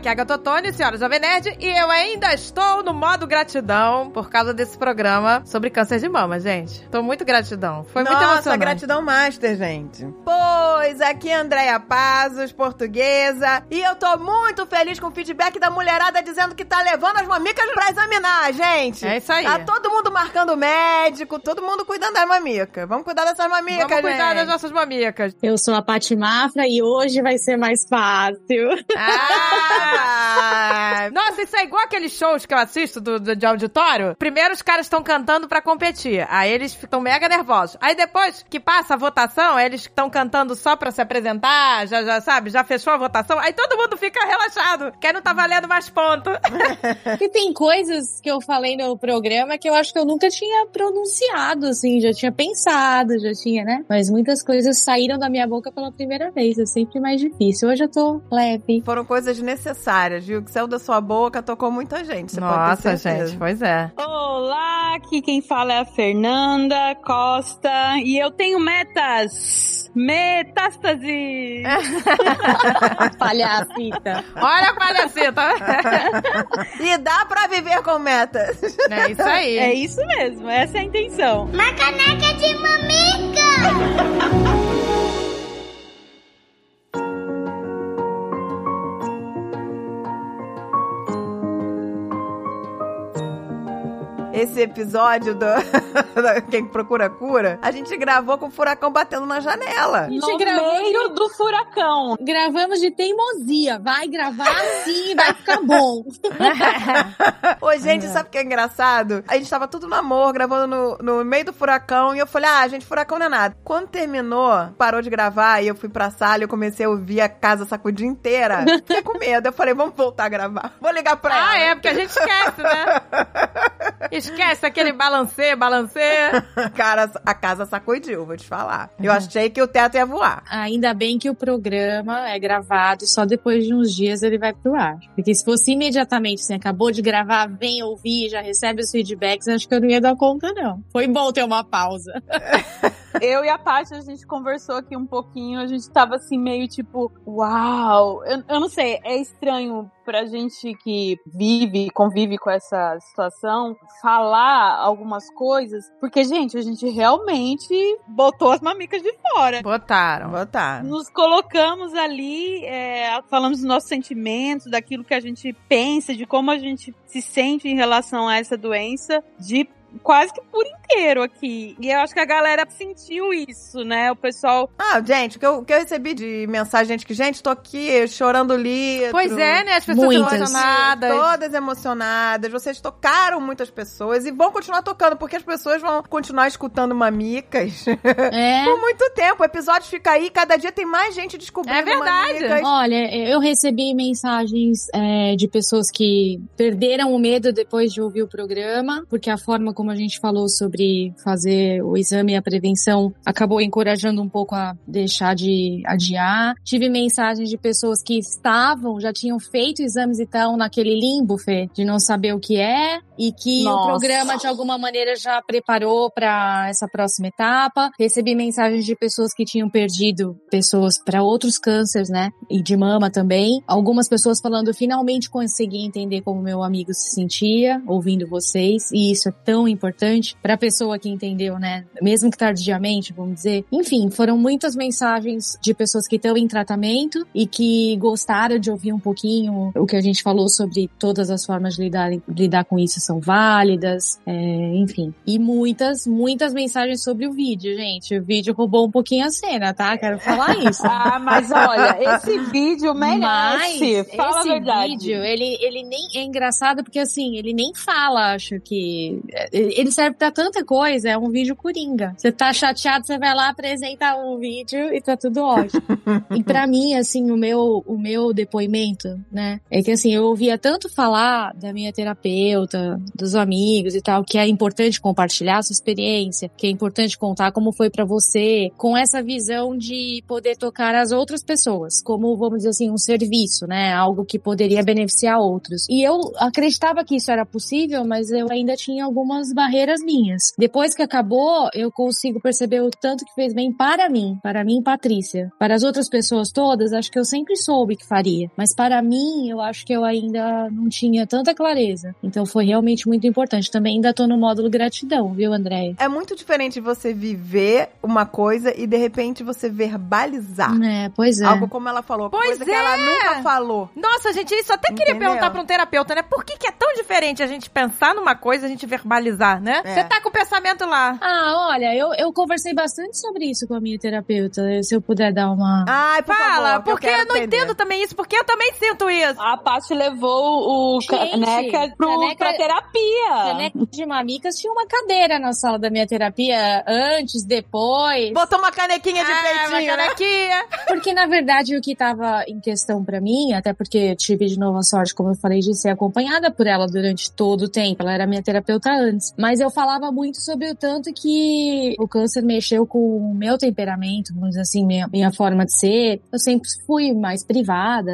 aqui é a Gatotone, senhora Jovem Nerd, e eu ainda estou no modo gratidão por causa desse programa sobre câncer de mama, gente. Tô muito gratidão. Foi muito emocionante. Nossa, gratidão master, gente. Pois, aqui é Andréia Pazos, portuguesa, e eu tô muito feliz com o feedback da mulherada dizendo que tá levando as mamicas pra examinar, gente. É isso aí. Tá todo mundo marcando médico, todo mundo cuidando das mamicas. Vamos cuidar dessas mamicas, Vamos cuidar gente. das nossas mamicas. Eu sou a Paty Mafra e hoje vai ser mais fácil. Nossa, isso é igual aqueles shows que eu assisto de auditório. Primeiro os caras estão cantando pra competir. Aí eles ficam mega nervosos. Aí depois que passa a votação, eles estão cantando só pra se apresentar, já sabe, já fechou a votação. Aí todo mundo fica relaxado, que não tá valendo mais ponto. E tem coisas que eu falei no programa que eu acho que eu nunca tinha pronunciado, assim, já tinha pensado, já tinha, né? Mas muitas coisas saíram da minha boca pela primeira vez, é sempre mais difícil. Hoje eu tô leve. Foram coisas necessárias, viu? Que saiu da sua boca, tocou muita gente. Nossa, gente, pois é. Olá, aqui quem fala é a Fernanda Costa e eu tenho metas. Metástase! Palhacita. Olha a palhacita. E dá pra viver com metas. É isso aí. É isso mesmo, essa é a intenção. Uma caneca de mamica! Esse episódio do Quem Procura Cura, a gente gravou com o furacão batendo na janela. No meio do furacão. Gravamos de teimosia. Vai gravar sim, vai ficar bom. Ô, gente, sabe o que é engraçado? A gente tava tudo no amor, gravando no meio do furacão, e eu falei, gente, furacão não é nada. Quando terminou, parou de gravar, e eu fui pra sala, e eu comecei a ouvir a casa sacudir inteira. Fiquei com medo, eu falei, vamos voltar a gravar. Vou ligar pra ela. É, porque a gente esquece, né? Esquece aquele balancê. Cara, a casa sacudiu, vou te falar. Eu achei que o teto ia voar. Ainda bem que o programa é gravado, só depois de uns dias ele vai pro ar. Porque se fosse imediatamente, assim, acabou de gravar, vem ouvir, já recebe os feedbacks, acho que eu não ia dar conta, não. Foi bom ter uma pausa. Eu e a Paty, a gente conversou aqui um pouquinho, a gente tava assim meio tipo, uau, eu não sei, é estranho pra gente que convive com essa situação, falar algumas coisas, porque, gente, a gente realmente botou as mamicas de fora. Botaram. Nos colocamos ali, falamos dos nossos sentimentos, daquilo que a gente pensa, de como a gente se sente em relação a essa doença, de quase que por inteiro aqui. E eu acho que a galera sentiu isso, né? O pessoal... gente, o que eu recebi de mensagem, gente, tô aqui chorando o livro. Pois é, né? As pessoas emocionadas. Todas emocionadas. Vocês tocaram muitas pessoas e vão continuar tocando, porque as pessoas vão continuar escutando mamicas por muito tempo. O episódio fica aí, cada dia tem mais gente descobrindo mamicas. Olha, eu recebi mensagens de pessoas que perderam o medo depois de ouvir o programa, porque a forma como a gente falou sobre fazer o exame e a prevenção, acabou encorajando um pouco a deixar de adiar. Tive mensagens de pessoas que já tinham feito exames e estão naquele limbo, Fê, de não saber o que é, e que o programa de alguma maneira já preparou para essa próxima etapa. Recebi mensagens de pessoas que tinham perdido pessoas para outros cânceres, né? E de mama também. Algumas pessoas falando, finalmente consegui entender como meu amigo se sentia, ouvindo vocês, e isso é tão importante para a pessoa que entendeu, né? Mesmo que tardiamente, vamos dizer. Enfim, foram muitas mensagens de pessoas que estão em tratamento e que gostaram de ouvir um pouquinho o que a gente falou sobre todas as formas de lidar com isso são válidas, enfim. E muitas mensagens sobre o vídeo, gente. O vídeo roubou um pouquinho a cena, tá? Quero falar isso. Mas olha, esse vídeo merece. Fala a verdade. Vídeo, ele nem é engraçado porque, assim, ele nem fala, acho que... Ele serve pra tanta coisa, é um vídeo coringa. Você tá chateado, você vai lá, apresenta um vídeo e tá tudo ótimo. E pra mim, assim, o meu depoimento, né, é que, assim, eu ouvia tanto falar da minha terapeuta, dos amigos e tal, que é importante compartilhar a sua experiência, que é importante contar como foi pra você, com essa visão de poder tocar as outras pessoas, como, vamos dizer assim, um serviço, né, algo que poderia beneficiar outros. E eu acreditava que isso era possível, mas eu ainda tinha algumas barreiras minhas. pessoas. Depois que acabou, eu consigo perceber o tanto que fez bem para mim, Patrícia. Para as outras pessoas todas, acho que eu sempre soube que faria. Mas para mim, eu acho que eu ainda não tinha tanta clareza. Então foi realmente muito importante. Também ainda tô no módulo gratidão, viu, Andréia? É muito diferente você viver uma coisa e de repente você verbalizar. Pois é. Algo como ela falou, coisa que ela nunca falou. Nossa, gente, isso eu até queria perguntar pra um terapeuta, né? Por que é tão diferente a gente pensar numa coisa e a gente verbalizar, né? Você tá com o pensamento lá. Olha, eu conversei bastante sobre isso com a minha terapeuta, se eu puder dar uma... Ai, fala, favor, porque eu não entendo também isso, porque eu também sinto isso. A Paty levou o caneca pra terapia. Caneca de mamicas tinha uma cadeira na sala da minha terapia, antes, depois. Botou uma canequinha de peitinho, né? Porque, na verdade, o que tava em questão pra mim, até porque tive de novo a sorte, como eu falei, de ser acompanhada por ela durante todo o tempo. Ela era minha terapeuta antes. Mas eu falava muito sobre o tanto que o câncer mexeu com o meu temperamento, vamos dizer assim, minha forma de ser. Eu sempre fui mais privada,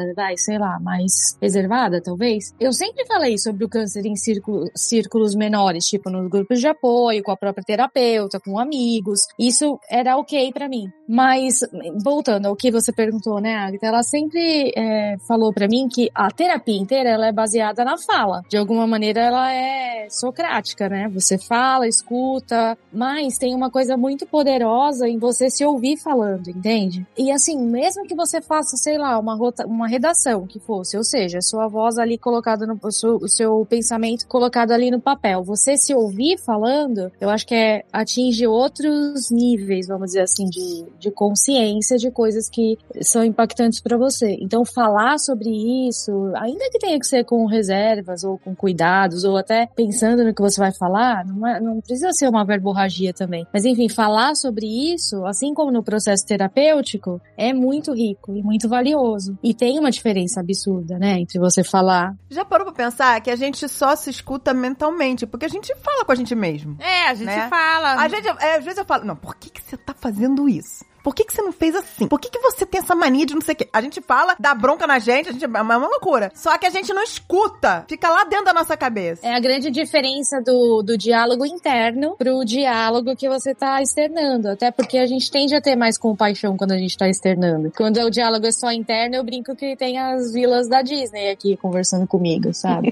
mais reservada, talvez. Eu sempre falei sobre o câncer em círculos menores, tipo nos grupos de apoio, com a própria terapeuta, com amigos. Isso era ok pra mim. Mas, voltando ao que você perguntou, né, Agatha? Ela sempre falou pra mim que a terapia inteira, ela é baseada na fala. De alguma maneira, ela é socrática, né? Você fala, escuta, mas tem uma coisa muito poderosa em você se ouvir falando, entende? E assim, mesmo que você faça, sei lá, uma redação que fosse, ou seja, a sua voz ali colocada o seu pensamento colocado ali no papel, você se ouvir falando, eu acho que atinge outros níveis, vamos dizer assim, de consciência de coisas que são impactantes pra você. Então, falar sobre isso, ainda que tenha que ser com reservas ou com cuidados, ou até pensando no que você vai falar, não precisa ser uma verborragia também. Mas, enfim, falar sobre isso, assim como no processo terapêutico, é muito rico e muito valioso. E tem uma diferença absurda, né, entre você falar... Já parou pra pensar que a gente só se escuta mentalmente? Porque a gente fala com a gente mesmo. A gente fala. Às vezes eu falo, não, por que você tá fazendo isso? Por que você não fez assim? Por que você tem essa mania de não sei o quê? A gente fala, dá bronca na gente, é uma loucura. Só que a gente não escuta. Fica lá dentro da nossa cabeça. É a grande diferença do diálogo interno pro diálogo que você tá externando. Até porque a gente tende a ter mais compaixão quando a gente tá externando. Quando o diálogo é só interno, eu brinco que tem as vilas da Disney aqui conversando comigo, sabe?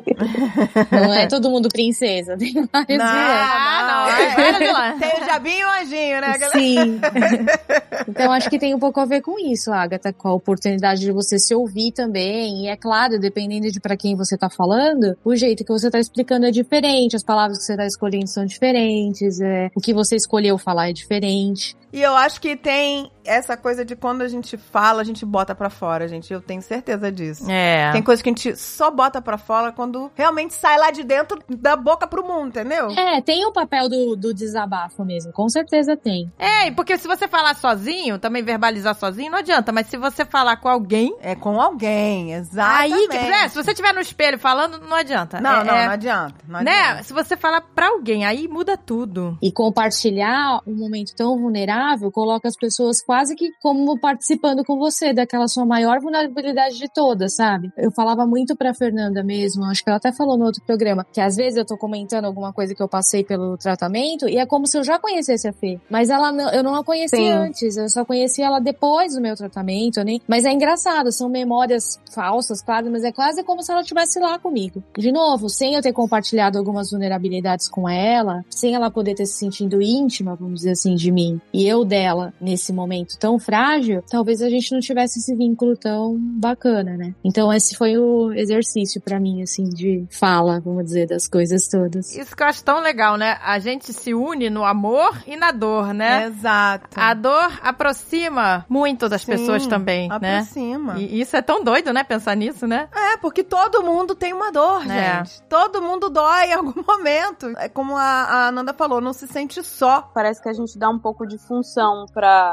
Não é todo mundo princesa. Tem várias vilas. Tem o diabinho e o anjinho, né? Sim. Então, acho que tem um pouco a ver com isso, Agatha, com a oportunidade de você se ouvir também. E é claro, dependendo de pra quem você tá falando, o jeito que você tá explicando é diferente, as palavras que você tá escolhendo são diferentes, o que você escolheu falar é diferente. E eu acho que tem essa coisa de quando a gente fala, a gente bota pra fora, gente. Eu tenho certeza disso. Tem coisa que a gente só bota pra fora quando realmente sai lá de dentro da boca pro mundo, entendeu? Tem o papel do desabafo mesmo. Com certeza tem. Porque se você falar sozinho, também verbalizar sozinho, não adianta. Mas se você falar com alguém... É com alguém, exatamente. Aí, se você estiver no espelho falando, não adianta. Não adianta. Não né? adianta. Se você falar pra alguém, aí muda tudo. E compartilhar um momento tão vulnerável coloca as pessoas quase que como participando com você daquela sua maior vulnerabilidade de todas, sabe? Eu falava muito pra Fernanda mesmo, acho que ela até falou no outro programa, que às vezes eu tô comentando alguma coisa que eu passei pelo tratamento e é como se eu já conhecesse a Fê. Mas eu não a conhecia antes, eu só conhecia ela depois do meu tratamento, né? Mas é engraçado, são memórias falsas, claro, mas é quase como se ela estivesse lá comigo. De novo, sem eu ter compartilhado algumas vulnerabilidades com ela, sem ela poder ter se sentido íntima, vamos dizer assim, de mim, e eu dela nesse momento tão frágil, talvez a gente não tivesse esse vínculo tão bacana, né? Então esse foi o exercício pra mim, assim, de fala, vamos dizer, das coisas todas. Isso que eu acho tão legal, né? A gente se une no amor e na dor, né? Exato. A dor aproxima muito das pessoas também, né? Aproxima. E isso é tão doido, né? Pensar nisso, né? Porque todo mundo tem uma dor, gente. Todo mundo dói em algum momento. É como a Ananda falou, não se sente só. Parece que a gente dá um pouco de função pra todas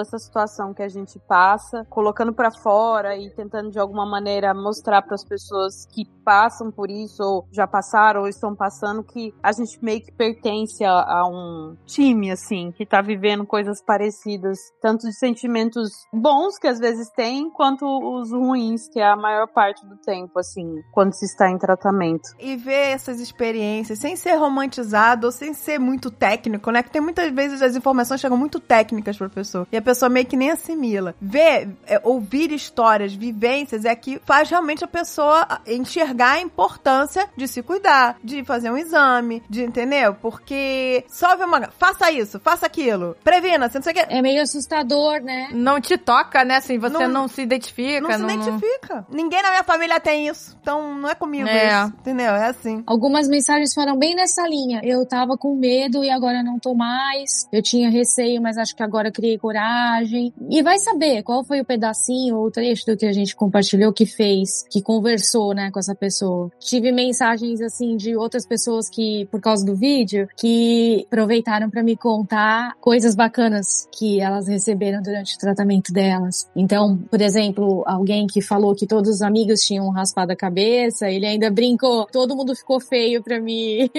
essa situação que a gente passa, colocando pra fora e tentando de alguma maneira mostrar pras pessoas que passam por isso, ou já passaram, ou estão passando, que a gente meio que pertence a um time, assim, que tá vivendo coisas parecidas, tanto de sentimentos bons que às vezes tem, quanto os ruins, que é a maior parte do tempo, assim, quando se está em tratamento. E ver essas experiências sem ser romantizado ou sem ser muito técnico, né? Que tem muitas vezes as informações chegam muito técnicas pra pessoa e a pessoa meio que nem assimila. Ouvir histórias, vivências é que faz realmente a pessoa enxergar a importância de se cuidar, de fazer um exame, de, entendeu? Porque só ver faça isso, faça aquilo, previna, não sei o que. É meio assustador, né? Não te toca, né? Assim, você não se identifica. Não se identifica. Ninguém na minha família tem isso, então não é comigo isso, entendeu? É assim. Algumas mensagens foram bem nessa linha. Eu tava com medo e agora não tô mais. Eu tinha receio, mas acho que agora criei coragem. E vai saber qual foi o pedacinho ou o trecho do que a gente compartilhou que fez, que conversou, né, com essa pessoa. Tive mensagens, assim, de outras pessoas que, por causa do vídeo, que aproveitaram pra me contar coisas bacanas que elas receberam durante o tratamento delas. Então, por exemplo, alguém que falou que todos os amigos tinham raspado a cabeça, ele ainda brincou, todo mundo ficou feio pra me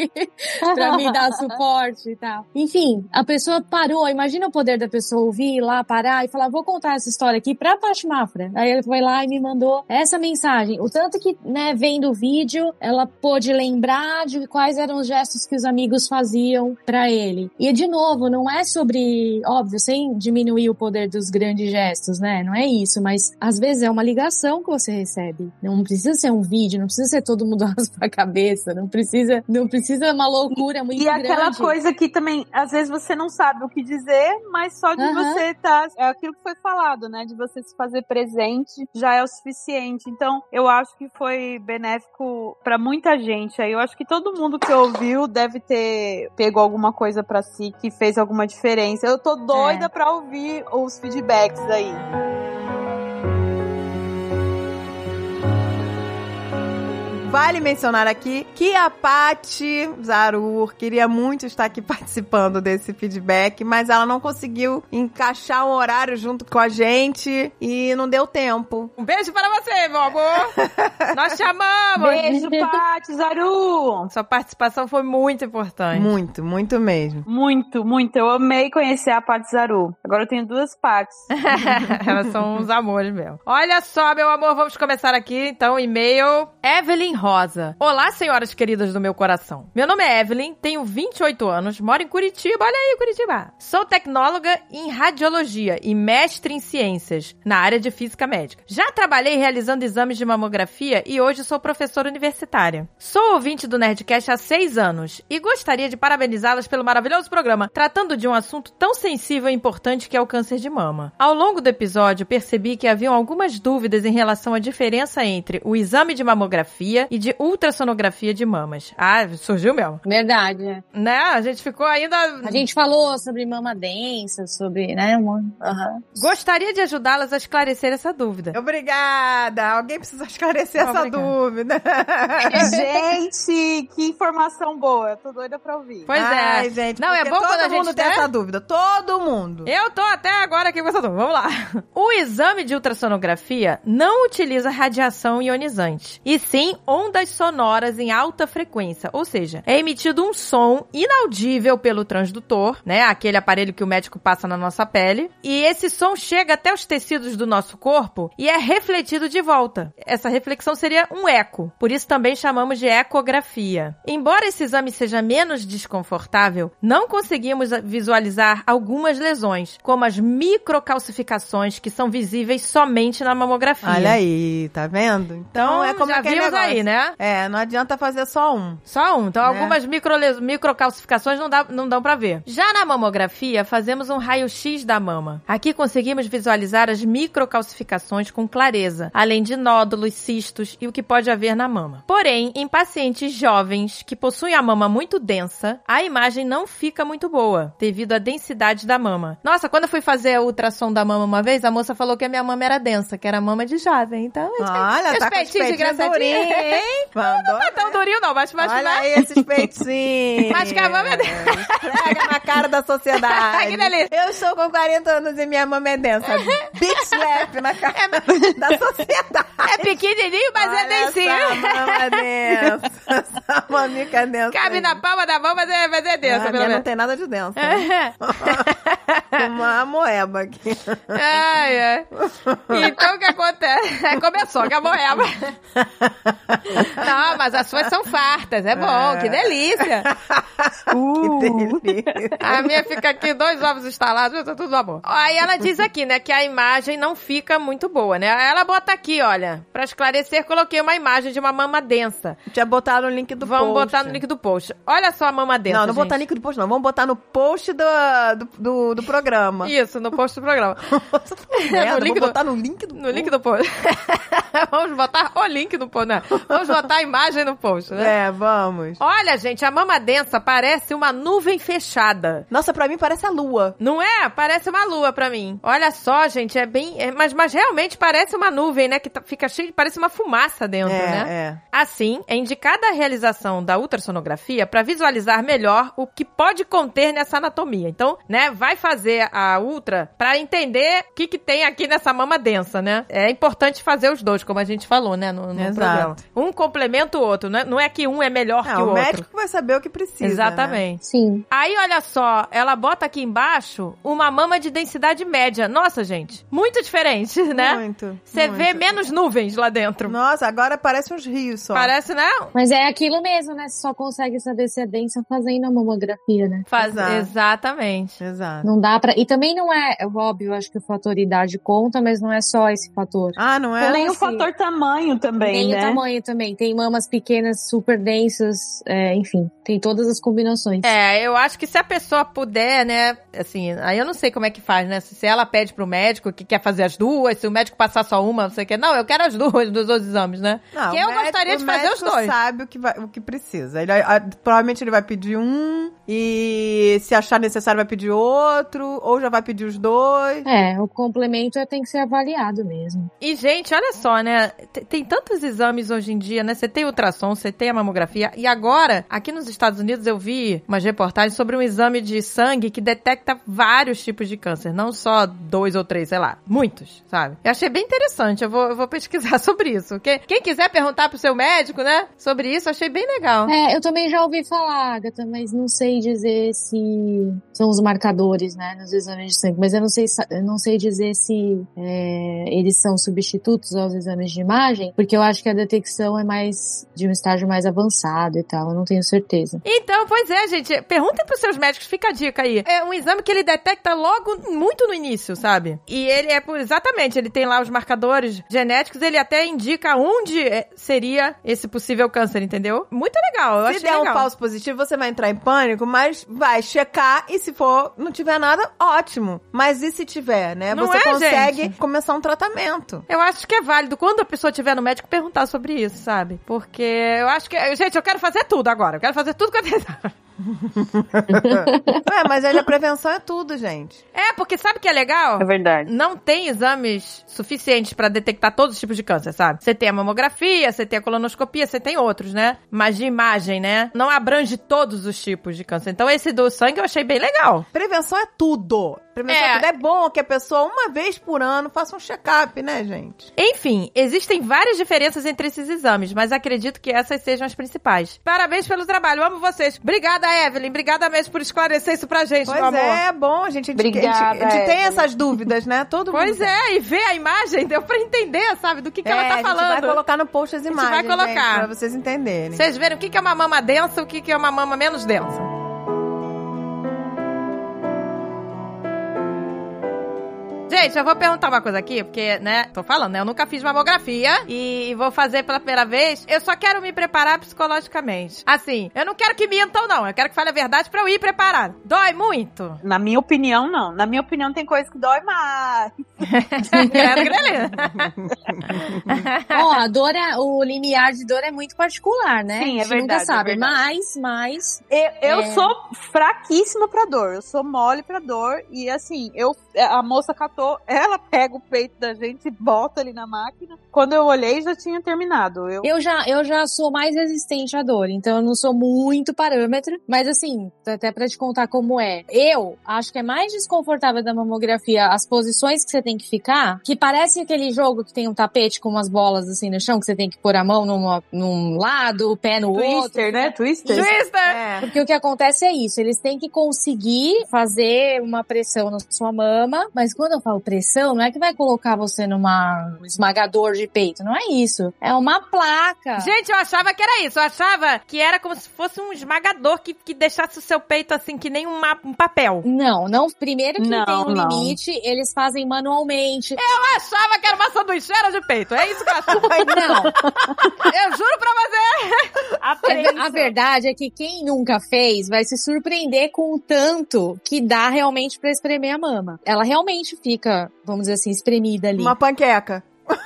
dar suporte e tal. Enfim, a pessoa parou, imagina o poder da pessoa ouvir, ir lá, parar e falar, vou contar essa história aqui pra Paty Mafra. Aí ele foi lá e me mandou essa mensagem. O tanto que, né, vendo o vídeo, ela pôde lembrar de quais eram os gestos que os amigos faziam pra ele. E, de novo, não é sobre, óbvio, sem diminuir o poder dos grandes gestos, né? Não é isso, mas às vezes é uma ligação que você recebe. Não precisa ser um vídeo, não precisa ser todo mundo raspar a cabeça, não precisa uma loucura muito grande. E aquela coisa que também, às vezes você não sabe o que dizer, mas só de você é aquilo que foi falado, né? De você se fazer presente já é o suficiente. Então, eu acho que foi benéfico pra muita gente. Aí eu acho que todo mundo que ouviu deve ter pego alguma coisa pra si que fez alguma diferença. Eu tô doida pra ouvir os feedbacks aí. Vale mencionar aqui que a Paty Zarur queria muito estar aqui participando desse feedback, mas ela não conseguiu encaixar um horário junto com a gente e não deu tempo. Um beijo para você, meu amor! Nós chamamos! Beijo, Paty Zarur! Sua participação foi muito importante. Muito, muito mesmo. Muito, muito. Eu amei conhecer a Paty Zarur. Agora eu tenho 2 Paty. Elas são uns amores mesmo. Olha só, meu amor, vamos começar aqui, então, e-mail Evelyn Rosa. Olá, senhoras queridas do meu coração. Meu nome é Evelyn, tenho 28 anos, moro em Curitiba. Olha aí, Curitiba. Sou tecnóloga em radiologia e mestre em ciências, na área de física médica. Já trabalhei realizando exames de mamografia e hoje sou professora universitária. Sou ouvinte do Nerdcast há 6 anos e gostaria de parabenizá-las pelo maravilhoso programa, tratando de um assunto tão sensível e importante que é o câncer de mama. Ao longo do episódio, percebi que haviam algumas dúvidas em relação à diferença entre o exame de mamografia e de ultrassonografia de mamas. Ah, surgiu mesmo. Verdade. Né? A gente ficou ainda... A gente falou sobre mama densa, sobre, né, amor? Gostaria de ajudá-las a esclarecer essa dúvida. Obrigada! Alguém precisa esclarecer essa dúvida. Gente, que informação boa. Eu tô doida pra ouvir. Pois Ai, gente, não, é bom quando a gente mundo tem essa dúvida. Todo mundo. Eu tô até agora aqui com essa dúvida. Vamos lá. O exame de ultrassonografia não utiliza radiação ionizante, e sim ondas sonoras em alta frequência, ou seja, é emitido um som inaudível pelo transdutor, né, aquele aparelho que o médico passa na nossa pele, e esse som chega até os tecidos do nosso corpo e é refletido de volta. Essa reflexão seria um eco, por isso também chamamos de ecografia. Embora esse exame seja menos desconfortável, não conseguimos visualizar algumas lesões, como as microcalcificações que são visíveis somente na mamografia. Olha aí, tá vendo? Então é como já aquele vimos negócio. aí, né? É, não adianta fazer só um. Só um. Então, algumas microcalcificações não dão pra ver. Já na mamografia, fazemos um raio-x da mama. Aqui conseguimos visualizar as microcalcificações com clareza, além de nódulos, cistos e o que pode haver na mama. Porém, em pacientes jovens que possuem a mama muito densa, a imagem não fica muito boa, devido à densidade da mama. Nossa, quando eu fui fazer o ultrassom da mama uma vez, a moça falou que a minha mama era densa, que era mama de jovem. Então, olha, tá com os peitinhos engraçadinho, hein? Não tá tão durinho não, mas olha aí esses peitinhos. Mas que a mama é densa. Esfrega na cara da sociedade. Que delícia. Eu estou com 40 anos e minha mama é densa. Big slap na cara da sociedade. É pequenininho, mas é densinho. Essa mama densa. Essa mamica densa. Cabe na palma da mão, mas é densa, pelo minha não menos. tem nada de densa. Uma moeba aqui. Ai. Então o que acontece? Começou com a moeba. Não, mas as suas são fartas. É bom, que delícia. Que delícia. A minha fica aqui 2 ovos instalados, tá tudo amor. Aí ela diz aqui, né, que a imagem não fica muito boa, né? Ela bota aqui, olha, pra esclarecer, coloquei uma imagem de uma mama densa. Tinha botado no link do post. Vamos botar no link do post. Olha só a mama densa, Não botar no link do post, não. Vamos botar no post do programa. Isso, no post do programa. Vamos botar no link do post. No link do post. Vamos botar o link no post, né? Vamos botar a imagem no post, né? É, vamos. Olha, gente, a mama densa parece uma nuvem fechada. Nossa, pra mim parece a lua. Não é? Parece uma lua pra mim. Olha só, gente, é bem... mas realmente parece uma nuvem, né? Que fica cheio, parece uma fumaça dentro, né? É. Assim, é indicada a realização da ultrassonografia pra visualizar melhor o que pode conter nessa anatomia. Então, né, vai fazer a ultra pra entender o que tem aqui nessa mama densa, né? É importante fazer os dois, como a gente falou, né, no programa. Um complementa o outro, né? Não é que um é melhor que o outro. O médico vai saber o que precisa, Exatamente. Né? Sim. Aí, olha só, ela bota aqui embaixo uma mama de densidade média. Nossa, gente, muito diferente, né? Muito. Você vê menos nuvens lá dentro. Nossa, agora parece uns rios só. Parece, né? Mas é aquilo mesmo, né? Você só consegue saber se é densa fazendo a mamografia, né? Exatamente. Exato. Não dá pra... E também não é óbvio, acho que o fator idade conta, mas não é só esse fator. Ah, não é? Nem o fator tamanho também, tem né? Tem o tamanho também. Tem mamas pequenas, super densas, enfim. Tem todas as combinações. Eu acho que se a pessoa puder, né, assim, aí eu não sei como é que faz, né? Se ela pede pro médico que quer fazer as duas, se o médico passar só uma, não sei o que. Não, eu quero as duas dos dois exames, né? Não, eu gostaria de fazer os dois. O médico sabe o que precisa. Provavelmente ele vai pedir um e se achar necessário vai pedir outro, ou já vai pedir os dois. O complemento tem que ser avaliado mesmo. E, gente, olha só, né? Tem tantos exames hoje em dia, né? Você tem ultrassom, você tem a mamografia. E agora, aqui nos Estados Unidos, eu vi umas reportagens sobre um exame de sangue que detecta vários tipos de câncer. Não só 2 ou 3, sei lá. Muitos, sabe? Eu achei bem interessante. Eu vou pesquisar sobre isso. Quem quiser perguntar pro seu médico, né? Sobre isso, eu achei bem legal. Eu também já ouvi falar, Agatha, mas não sei dizer se são os marcadores, né? Nos exames de sangue. Mas eu não sei dizer se eles são substitutos aos exames de imagem, porque eu acho que a detecção é mais de um estágio mais avançado e tal, eu não tenho certeza. Então, pois é, gente, perguntem pros seus médicos, fica a dica aí. É um exame que ele detecta logo, muito no início, sabe? E ele exatamente, ele tem lá os marcadores genéticos, ele até indica onde seria esse possível câncer, entendeu? Muito legal, eu achei legal. Se der um falso positivo, você vai entrar em pânico, mas vai checar e se não tiver nada, ótimo. Mas e se tiver, né? Não você consegue gente? Começar um tratamento. Eu acho que é válido, quando a pessoa estiver no médico, perguntar sobre isso, sabe? Porque eu acho que... Gente, eu quero fazer tudo agora. Eu quero fazer tudo que eu tenho. Mas a prevenção é tudo, gente. Porque sabe o que é legal? É verdade. Não tem exames suficientes pra detectar todos os tipos de câncer, sabe? Você tem a mamografia, você tem a colonoscopia, você tem outros, né? Mas de imagem, né? Não abrange todos os tipos de câncer. Então esse do sangue eu achei bem legal. Prevenção é tudo. Prevenção é tudo. É bom que a pessoa, uma vez por ano, faça um check-up, né, gente? Enfim, existem várias diferenças entre esses exames, mas acredito que essas sejam as principais. Parabéns pelo trabalho, amo vocês. Obrigada, Evelyn. Obrigada mesmo por esclarecer isso pra gente, meu amor. É bom, gente. A gente tem essas dúvidas, né? Todo mundo. Pois é, e ver a imagem deu pra entender, sabe? Do que ela tá falando. A gente vai colocar no post as imagens, vai colocar. gente, pra vocês entenderem. Vocês verem o que é uma mama densa e o que é uma mama menos densa. Gente, eu vou perguntar uma coisa aqui, porque, né, tô falando, né, eu nunca fiz mamografia e vou fazer pela primeira vez. Eu só quero me preparar psicologicamente. Assim, eu não quero que mintam, não. Eu quero que fale a verdade pra eu ir preparada. Dói muito? Na minha opinião, não. Na minha opinião, tem coisa que dói mais. A dor, o limiar de dor é muito particular, né? Sim, a gente verdade, nunca sabe, mas... Eu sou fraquíssima pra dor. Eu sou mole pra dor e, assim, a moça catou voltou, ela pega o peito da gente e bota ali na máquina. Quando eu olhei, já tinha terminado. Eu já sou mais resistente à dor, então eu não sou muito parâmetro, mas assim, até pra te contar como é. Eu acho que é mais desconfortável da mamografia as posições que você tem que ficar, que parece aquele jogo que tem um tapete com umas bolas assim no chão, que você tem que pôr a mão num lado, o pé no outro. Twister, né? Twister. Twister! Porque o que acontece é isso, eles têm que conseguir fazer uma pressão na sua mama, mas quando eu falo pressão, não é que vai colocar você num esmagador de peito, não é isso. É uma placa. Gente, eu achava que era isso. Eu achava que era como se fosse um esmagador que deixasse o seu peito assim, que nem um papel. Não. Primeiro que Não, tem um não. limite, eles fazem manualmente. Eu achava que era uma sanduicheira de peito. É isso que eu achava. Não, Eu juro pra você. a verdade é que quem nunca fez vai se surpreender com o tanto que dá realmente pra espremer a mama. Ela realmente fica, vamos dizer assim, espremida ali. Uma panqueca.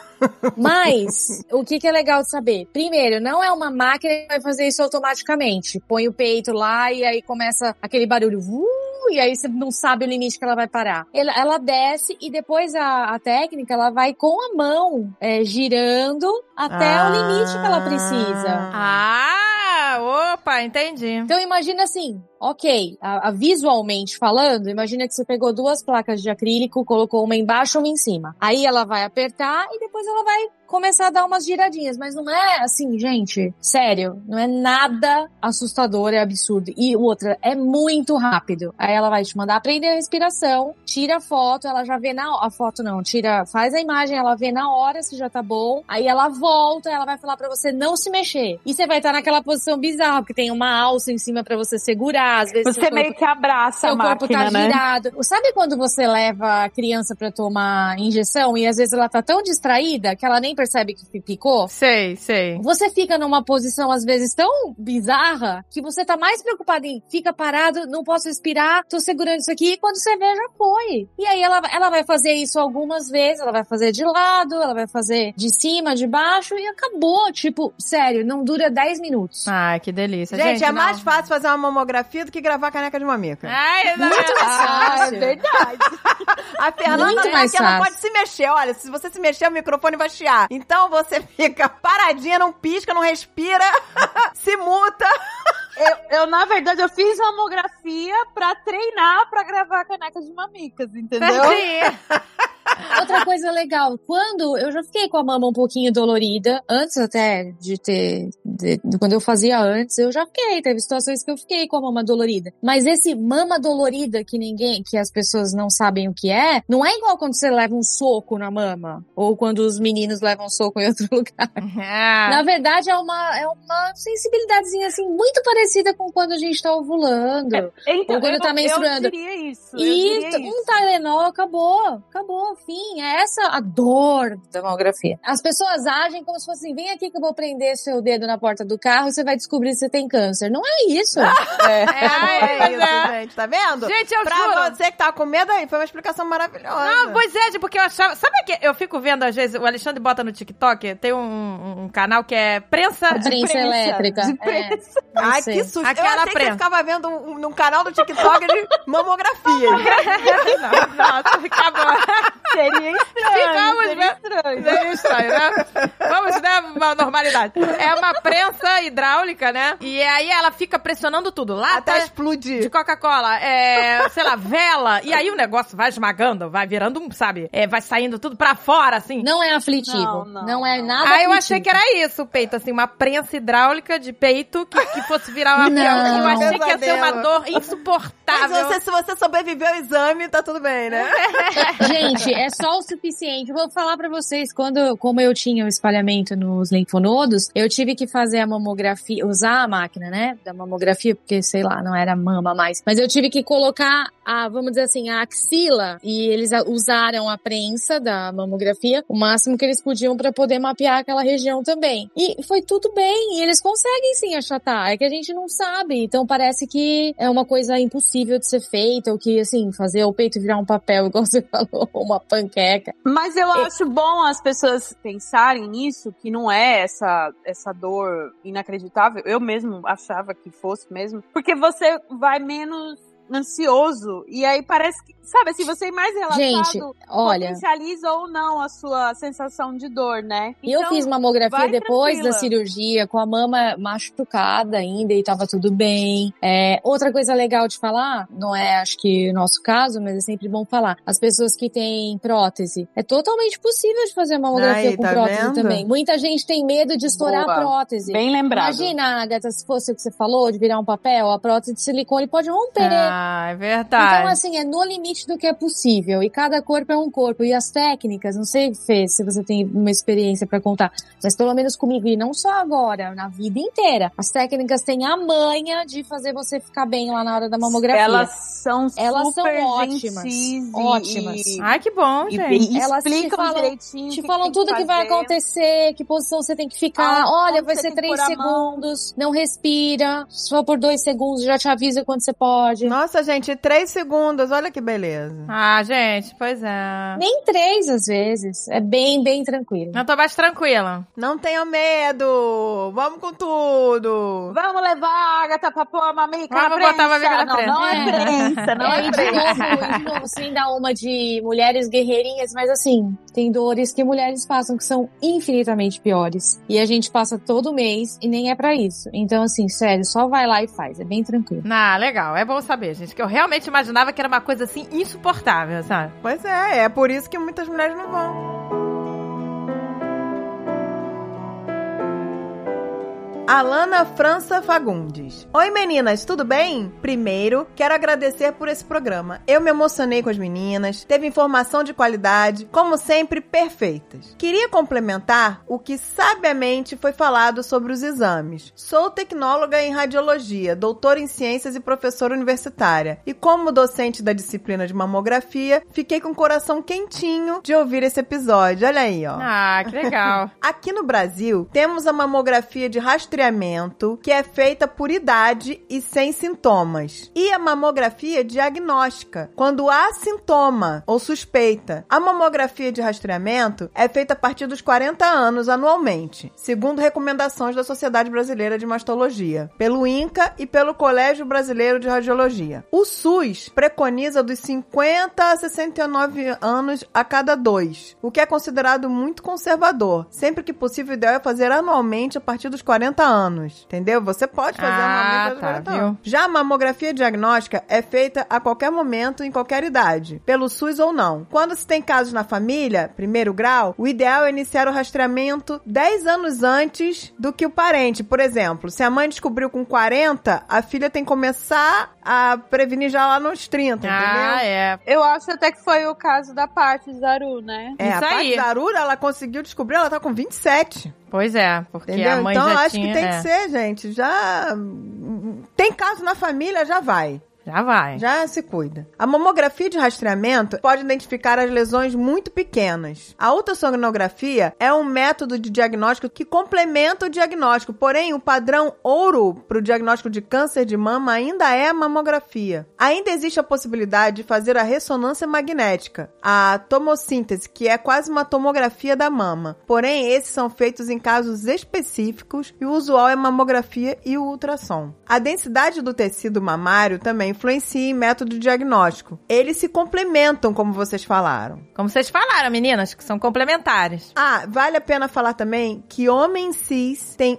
Mas, o que é legal de saber? Primeiro, não é uma máquina que vai fazer isso automaticamente. Põe o peito lá e aí começa aquele barulho. E aí você não sabe o limite que ela vai parar. Ela desce e depois a técnica, ela vai com a mão girando até o limite que ela precisa. Opa, entendi. Então imagina assim, ok, visualmente falando, imagina que você pegou 2 placas de acrílico, colocou uma embaixo e uma em cima. Aí ela vai apertar e depois ela vai começar a dar umas giradinhas, mas não é assim, gente, sério, não é nada assustador, é absurdo. E outra, é muito rápido. Aí ela vai te mandar aprender a respiração, tira a foto, ela já vê a foto não, faz a imagem, ela vê na hora se já tá bom, aí ela volta, ela vai falar pra você não se mexer. E você vai estar naquela posição bizarra, porque tem uma alça em cima pra você segurar, às vezes você meio que abraça a seu corpo máquina, tá né? girado. Sabe quando você leva a criança pra tomar injeção e às vezes ela tá tão distraída que ela nem percebe que picou? Sei. Você fica numa posição às vezes tão bizarra que você tá mais preocupado em fica parado, não posso respirar, tô segurando isso aqui, e quando você vê já foi. E aí ela vai fazer isso algumas vezes, ela vai fazer de lado, ela vai fazer de cima, de baixo e acabou. Tipo, sério, não dura 10 minutos. Ai, que delícia. Gente, é não. mais fácil fazer uma mamografia do que gravar caneca de mamica. Ai, não. Muito mais fácil. É verdade. A Fernanda Muito não é mais que ela fácil. pode se mexer. Olha, se você se mexer, o microfone vai chiar. Então você fica paradinha, não pisca, não respira, se muta. Eu, na verdade, eu fiz mamografia pra treinar pra gravar caneca de mamicas, entendeu? Sim. Outra coisa legal, quando eu já fiquei com a mama um pouquinho dolorida, antes até quando eu fazia antes, eu já fiquei, teve situações que eu fiquei com a mama dolorida. Mas esse mama dolorida que as pessoas não sabem o que é, não é igual quando você leva um soco na mama, ou quando os meninos levam um soco em outro lugar. Na verdade, é uma sensibilidadezinha assim, muito parecida com quando a gente tá ovulando. Então, Ou quando tá menstruando. Eu diria isso. E um Tylenol acabou, fim. É essa a dor da mamografia. As pessoas agem como se fosse assim, vem aqui que eu vou prender seu dedo na porta do carro e você vai descobrir se você tem câncer. Não é isso. É isso, gente. Tá vendo? Gente, eu pra juro. você que tá com medo aí, foi uma explicação maravilhosa. Não, pois é, porque eu achava... Sabe que eu fico vendo, às vezes, o Alexandre bota no TikTok, tem um canal que é prensa... Prensa elétrica. Ai, sei. que susto. Aquela Eu achei que prensa. você ficava vendo num canal do TikTok de mamografia. Nossa, acabou. Seria estranho. Seria estranho, né? Vamos, né? Uma normalidade. É uma prensa hidráulica, né? E aí ela fica pressionando tudo. Até Lata explodir. de Coca-Cola, sei lá, vela. E aí o negócio vai esmagando, vai virando sabe? Vai saindo tudo pra fora, assim. Não é aflitivo. Não é nada Ah, eu aflitivo. achei que era isso o peito, assim, uma prensa hidráulica de peito que fosse virar uma Não. prensa. Eu achei que ia ser uma Pesadelo. dor insuportável. Mas se você sobreviveu ao exame, tá tudo bem, né? Gente, é só o suficiente. Vou falar pra vocês, como eu tinha o espalhamento nos linfonodos, eu tive que fazer a mamografia, usar a máquina, né, da mamografia, porque, sei lá, não era mama mais. Mas eu tive que colocar vamos dizer assim, a axila, e eles usaram a prensa da mamografia, o máximo que eles podiam pra poder mapear aquela região também. E foi tudo bem, e eles conseguem sim achatar, é que a gente não sabe. Então parece que é uma coisa impossível de ser feita, ou que, assim, fazer o peito virar um papel, igual você falou, uma panqueca. Mas eu acho bom as pessoas pensarem nisso, que não é essa dor inacreditável. Eu mesmo achava que fosse mesmo. Porque você vai menos ansioso. E aí parece que, sabe assim, você é mais relaxado, Gente, olha, potencializa ou não a sua sensação de dor, né? E eu fiz mamografia depois tranquila. da cirurgia, com a mama machucada ainda e tava tudo bem. Outra coisa legal de falar, não é acho que o nosso caso, mas é sempre bom falar. As pessoas que têm prótese, é totalmente possível de fazer mamografia Aí, com tá prótese vendo? também. Muita gente tem medo de estourar Boa. a prótese. Bem lembrado. Imagina, Agatha, se fosse o que você falou, de virar um papel, a prótese de silicone pode romper. Ah, é verdade. Então, assim, é no limite do que é possível. E cada corpo é um corpo. E as técnicas, não sei, Fê, se você tem uma experiência pra contar, mas pelo menos comigo, e não só agora, na vida inteira, as técnicas têm a manha de fazer você ficar bem lá na hora da mamografia. Elas são super ótimas. ótimas. Ótimas. Ai, que bom, gente. Elas te explicam falam- direitinho. Te o falam tem tudo que vai fazer. acontecer, que posição você tem que ficar. Ah, Olha, como vai você ser tem que 3 pôr a mão. segundos, não respira, só por 2 segundos já te avisa quando você pode. Nossa, gente, 3 segundos, olha que beleza. Ah, gente, pois é. Nem 3 às vezes. É bem, bem tranquilo. Eu tô mais tranquila. Não tenham medo, vamos com tudo. Vamos levar a Agatha pra pôr a mamica Vamos na botar a prensa. mamica na prensa. Não é prensa, não é E prensa. de novo, sem dar uma de mulheres guerreirinhas, mas assim, tem dores que mulheres passam que são infinitamente piores. E a gente passa todo mês e nem é pra isso. Então, assim, sério, só vai lá e faz. É bem tranquilo. Ah, legal. É bom saber, gente. Que eu realmente imaginava que era uma coisa assim insuportável, sabe? Pois é por isso que muitas mulheres não vão. Alana França Fagundes. Oi meninas, tudo bem? Primeiro, quero agradecer por esse programa. Eu me emocionei com as meninas, teve informação de qualidade, como sempre, perfeitas. Queria complementar o que sabiamente foi falado sobre os exames. Sou tecnóloga em radiologia, doutora em ciências e professora universitária. E como docente da disciplina de mamografia, fiquei com o coração quentinho de ouvir esse episódio. Olha aí, ó. Ah, que legal. Aqui no Brasil, temos a mamografia de rastreamento, que é feita por idade e sem sintomas. E a mamografia diagnóstica, quando há sintoma ou suspeita. A mamografia de rastreamento é feita a partir dos 40 anos anualmente, segundo recomendações da Sociedade Brasileira de Mastologia, pelo INCA e pelo Colégio Brasileiro de Radiologia. O SUS preconiza dos 50 a 69 anos a cada 2, o que é considerado muito conservador. Sempre que possível, o ideal é fazer anualmente a partir dos 40 anos, entendeu? Você pode fazer anualmente aos 40 anos. Já a mamografia diagnóstica é feita a qualquer momento, em qualquer idade, pelo SUS ou não. Quando se tem casos na família, primeiro grau, o ideal é iniciar o rastreamento 10 anos antes do que o parente. Por exemplo, se a mãe descobriu com 40, a filha tem que começar a prevenir já lá nos 30, entendeu? Ah, é. Eu acho até que foi o caso da parte Zaru, né? É, Isso a Paty aí. Zarura, ela conseguiu descobrir, ela tá com 27. Pois é, porque Entendeu? a mãe Então, já acho tinha... que tem que ser, gente. Já tem caso na família, já vai. Já vai. Já se cuida. A mamografia de rastreamento pode identificar as lesões muito pequenas. A ultrassonografia é um método de diagnóstico que complementa o diagnóstico, porém o padrão ouro para o diagnóstico de câncer de mama ainda é a mamografia. Ainda existe a possibilidade de fazer a ressonância magnética, a tomossíntese, que é quase uma tomografia da mama. Porém, esses são feitos em casos específicos e o usual é a mamografia e o ultrassom. A densidade do tecido mamário também influencia em método diagnóstico. Eles se complementam, como vocês falaram. Como vocês falaram, meninas, que são complementares. Ah, vale a pena falar também que homens cis têm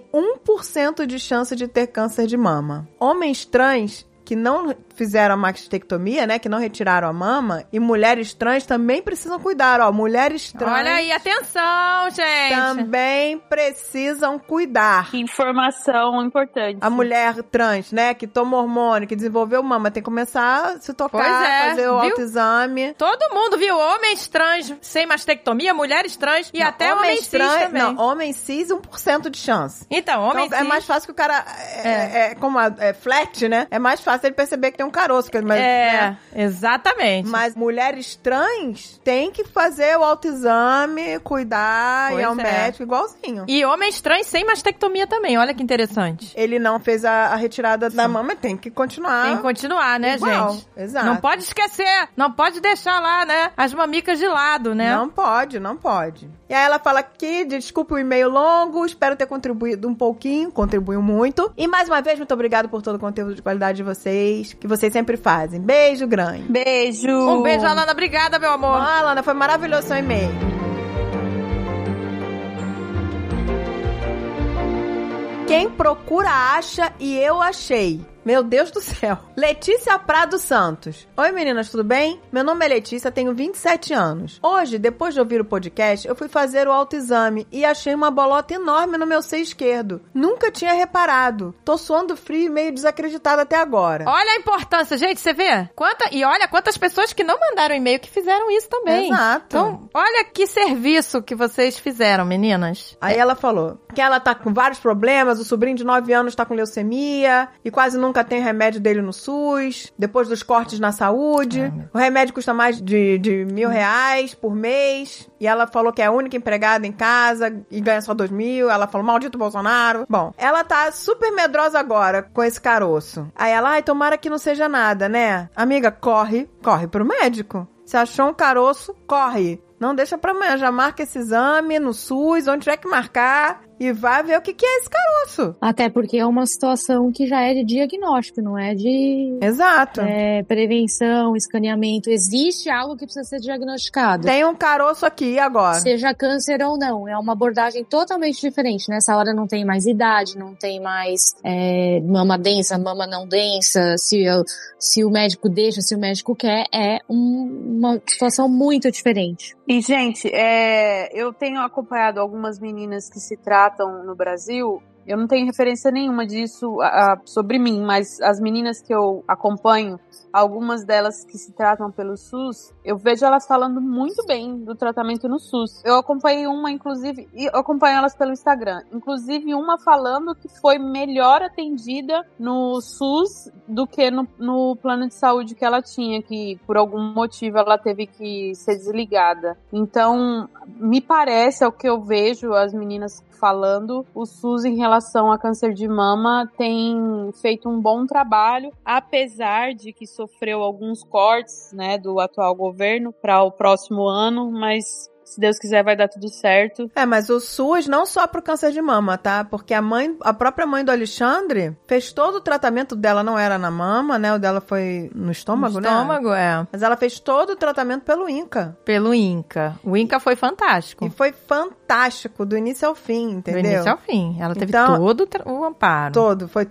1% de chance de ter câncer de mama. Homens trans que não fizeram a mastectomia, né, que não retiraram a mama, e mulheres trans também precisam cuidar, ó, mulheres trans... Olha aí, atenção, gente. Também precisam cuidar. Que informação importante. A mulher trans, né, que toma hormônio, que desenvolveu mama, tem que começar a se tocar, Pois é, fazer o viu? autoexame. Todo mundo viu homens trans sem mastectomia, mulheres trans e Não, até homens cis trans, também. Não, homens cis, 1% de chance. Então, homens Então, é cis... mais fácil que o cara, como é flat, né? É mais fácil ele perceber que tem um caroço. Mas, né? Exatamente. Mas mulheres trans têm que fazer o autoexame, cuidar, Pois ir ao é. médico igualzinho. E homens trans sem mastectomia também, olha que interessante. Ele não fez a retirada da mama, tem que continuar. Tem que continuar, né, igual. gente? Exato. Não pode esquecer, não pode deixar lá, né, as mamicas de lado, né? Não pode, não pode. E aí ela fala aqui, desculpa o e-mail longo, espero ter contribuído um pouquinho, contribuiu muito. E mais uma vez, muito obrigado por todo o conteúdo de qualidade de vocês, que vocês sempre fazem. Beijo grande. Beijo. Um beijo, Alana. Obrigada, meu amor. Alana, foi maravilhoso seu e-mail. Quem procura acha e eu achei. Meu Deus do céu. Letícia Prado Santos. Oi, meninas, tudo bem? Meu nome é Letícia, tenho 27 anos. Hoje, depois de ouvir o podcast, eu fui fazer o autoexame e achei uma bolota enorme no meu seio esquerdo. Nunca tinha reparado. Tô suando frio e meio desacreditada até agora. Olha a importância, gente, você vê? E olha quantas pessoas que não mandaram e-mail que fizeram isso também. Exato. Então, olha que serviço que vocês fizeram, meninas. Aí ela falou que ela tá com vários problemas, o sobrinho de 9 anos tá com leucemia e quase nunca tem remédio dele no SUS, depois dos cortes na saúde. O remédio custa mais de R$1.000 por mês. E ela falou que é a única empregada em casa e ganha só 2.000. Ela falou, maldito Bolsonaro. Bom, ela tá super medrosa agora com esse caroço. Aí ela, ai, tomara que não seja nada, né? Amiga, corre pro médico. Se achou um caroço, corre. Não deixa pra amanhã, já marca esse exame no SUS, onde tiver que marcar, e vai ver o que é esse caroço. Até porque é uma situação que já é de diagnóstico, não é de... Exato. Prevenção, escaneamento. Existe algo que precisa ser diagnosticado. Tem um caroço aqui agora. Seja câncer ou não. É uma abordagem totalmente diferente. Nessa hora não tem mais idade, não tem mais mama densa, mama não densa, se o médico deixa, se o médico quer. É uma situação muito diferente. E, gente, eu tenho acompanhado algumas meninas que se tratam no Brasil. Eu não tenho referência nenhuma disso sobre mim, mas as meninas que eu acompanho, algumas delas que se tratam pelo SUS, eu vejo elas falando muito bem do tratamento no SUS. Eu acompanhei uma, inclusive, e eu acompanho elas pelo Instagram, inclusive uma falando que foi melhor atendida no SUS do que no plano de saúde que ela tinha, que por algum motivo ela teve que ser desligada. Então, me parece, é o que eu vejo as meninas falando, o SUS em relação a câncer de mama tem feito um bom trabalho, apesar de que sofreu alguns cortes, né, do atual governo para o próximo ano, mas se Deus quiser vai dar tudo certo. Mas o SUS não só pro câncer de mama, tá? Porque a própria mãe do Alexandre fez todo o tratamento dela, não era na mama, né? O dela foi no estômago, né? No estômago, Mas ela fez todo o tratamento pelo INCA. Pelo INCA. O INCA foi fantástico. E foi fantástico, do início ao fim, entendeu? Do início ao fim. Ela teve todo o amparo. Foi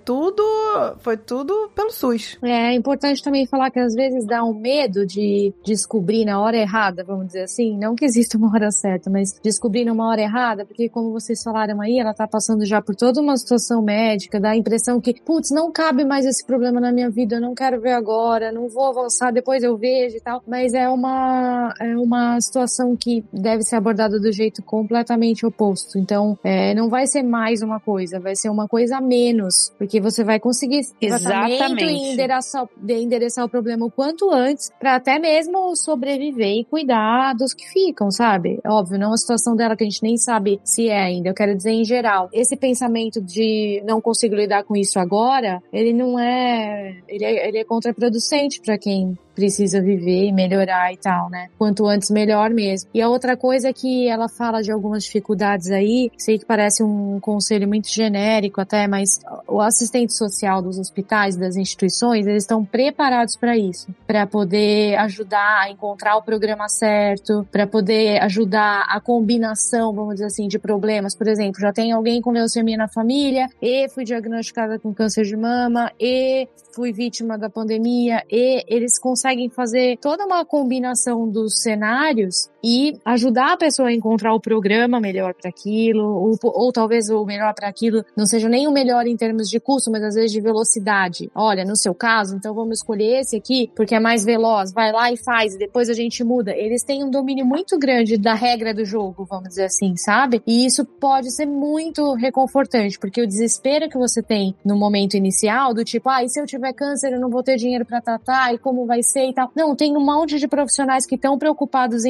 tudo pelo SUS. É importante também falar que às vezes dá um medo de descobrir na hora errada, vamos dizer assim. Não que exista uma hora certa, mas descobrir numa hora errada, porque como vocês falaram aí, ela tá passando já por toda uma situação médica, dá a impressão que, putz, não cabe mais esse problema na minha vida, eu não quero ver agora, não vou avançar, depois eu vejo e tal, mas é uma situação que deve ser abordada do jeito completamente oposto, então não vai ser mais uma coisa, vai ser uma coisa a menos, porque você vai conseguir tratamento e endereçar o problema o quanto antes, pra até mesmo sobreviver e cuidar dos que ficam, sabe? Óbvio, não é uma situação dela que a gente nem sabe se é ainda, eu quero dizer em geral. Esse pensamento de não consigo lidar com isso agora, ele não é... Ele é contraproducente pra quem precisa viver e melhorar e tal, né? Quanto antes, melhor mesmo. E a outra coisa é que ela fala de algumas dificuldades aí, sei que parece um conselho muito genérico até, mas o assistente social dos hospitais, das instituições, eles estão preparados para isso, para poder ajudar a encontrar o programa certo, para poder ajudar a combinação, vamos dizer assim, de problemas. Por exemplo, já tem alguém com leucemia na família, e fui diagnosticada com câncer de mama, e fui vítima da pandemia, e eles conseguem fazer toda uma combinação dos cenários e ajudar a pessoa a encontrar o programa melhor para aquilo, ou talvez o melhor para aquilo não seja nem o melhor em termos de custo, mas às vezes de velocidade. Olha, no seu caso, então vamos escolher esse aqui, porque é mais veloz, vai lá e faz, e depois a gente muda. Eles têm um domínio muito grande da regra do jogo, vamos dizer assim, sabe? E isso pode ser muito reconfortante, porque o desespero que você tem no momento inicial, do tipo, e se eu tiver câncer, eu não vou ter dinheiro para tratar, e como vai ser e tal. Não, tem um monte de profissionais que estão preocupados em olhar para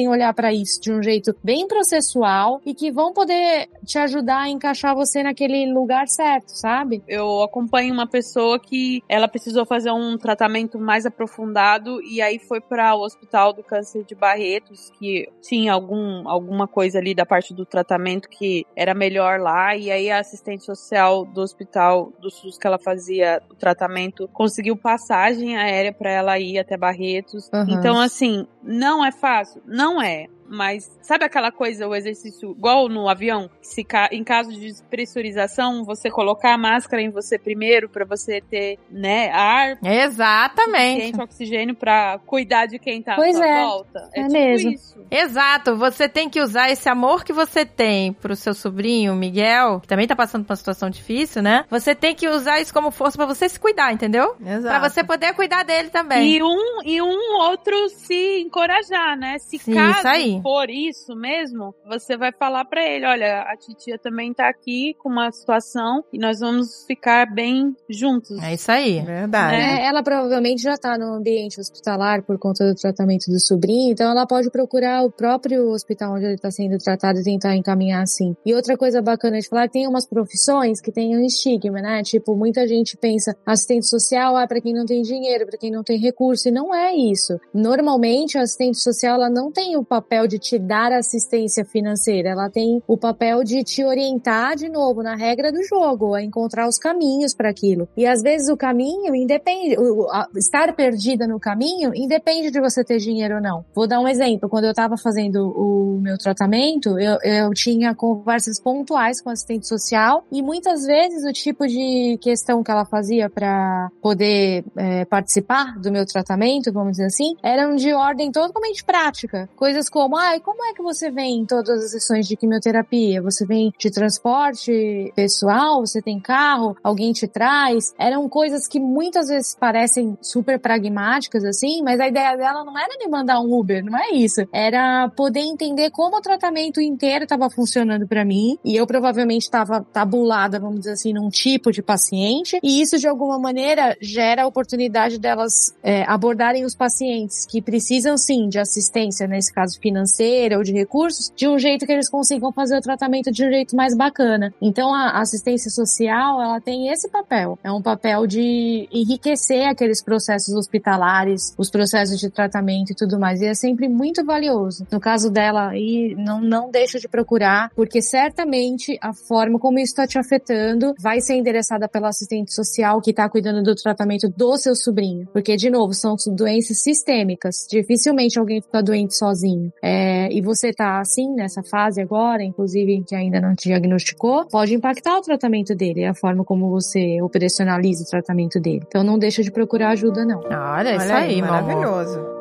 para isso de um jeito bem processual e que vão poder te ajudar a encaixar você naquele lugar certo, sabe? Eu acompanho uma pessoa que ela precisou fazer um tratamento mais aprofundado e aí foi para o Hospital do Câncer de Barretos, que tinha alguma coisa ali da parte do tratamento que era melhor lá, e aí a assistente social do hospital do SUS que ela fazia o tratamento conseguiu passagem aérea para ela ir até Barretos. Então, assim, não é fácil? Não é. Mas sabe aquela coisa, o exercício igual no avião? Se em caso de despressurização, você colocar a máscara em você primeiro pra você ter, né, ar. Exatamente. Oxigênio pra cuidar de quem tá à Pois sua é. volta. É tipo mesmo. isso. Exato, você tem que usar esse amor que você tem pro seu sobrinho, Miguel, que também tá passando por uma situação difícil, né? Você tem que usar isso como força pra você se cuidar, entendeu? Exato. Pra você poder cuidar dele também. E um outro se encorajar, né? Se Sim, caso isso aí. for isso mesmo, você vai falar pra ele, olha, a titia também tá aqui com uma situação e nós vamos ficar bem juntos. É isso aí. Verdade. Ela provavelmente já tá no ambiente hospitalar por conta do tratamento do sobrinho, então ela pode procurar o próprio hospital onde ele tá sendo tratado e tentar encaminhar assim. E outra coisa bacana de falar, tem umas profissões que tem um estigma, né? Tipo, muita gente pensa, assistente social pra quem não tem dinheiro, pra quem não tem recurso, e não é isso. Normalmente, a assistente social, ela não tem o papel de te dar assistência financeira, ela tem o papel de te orientar de novo na regra do jogo, a encontrar os caminhos para aquilo. E às vezes o caminho independe, estar perdida no caminho independe de você ter dinheiro ou não. Vou dar um exemplo, quando eu estava fazendo o meu tratamento, eu tinha conversas pontuais com a assistente social e muitas vezes o tipo de questão que ela fazia para poder participar do meu tratamento, vamos dizer assim, eram de ordem totalmente prática. Coisas como, como é que você vem em todas as sessões de quimioterapia? Você vem de transporte pessoal? Você tem carro? Alguém te traz? Eram coisas que muitas vezes parecem super pragmáticas, assim, mas a ideia dela não era me mandar um Uber, não é isso. Era poder entender como o tratamento inteiro estava funcionando pra mim, e eu provavelmente estava tabulada, vamos dizer assim, num tipo de paciente, e isso de alguma maneira gera a oportunidade delas abordarem os pacientes que precisam sim de assistência, nesse caso financeira ou de recursos, de um jeito que eles consigam fazer o tratamento de um jeito mais bacana. Então a assistência social, ela tem esse papel. É um papel de enriquecer aqueles processos hospitalares, os processos de tratamento e tudo mais. E é sempre muito valioso. No caso dela aí, não deixa de procurar, porque certamente a forma como isso está te afetando vai ser endereçada pela assistente social que está cuidando do tratamento do seu sobrinho. Porque, de novo, são doenças sistêmicas. Dificilmente alguém fica doente sozinho. E você tá assim, nessa fase agora, inclusive que ainda não te diagnosticou, pode impactar o tratamento dele, a forma como você operacionaliza o tratamento dele. Então não deixa de procurar ajuda, não. Olha isso aí, meu amor. maravilhoso.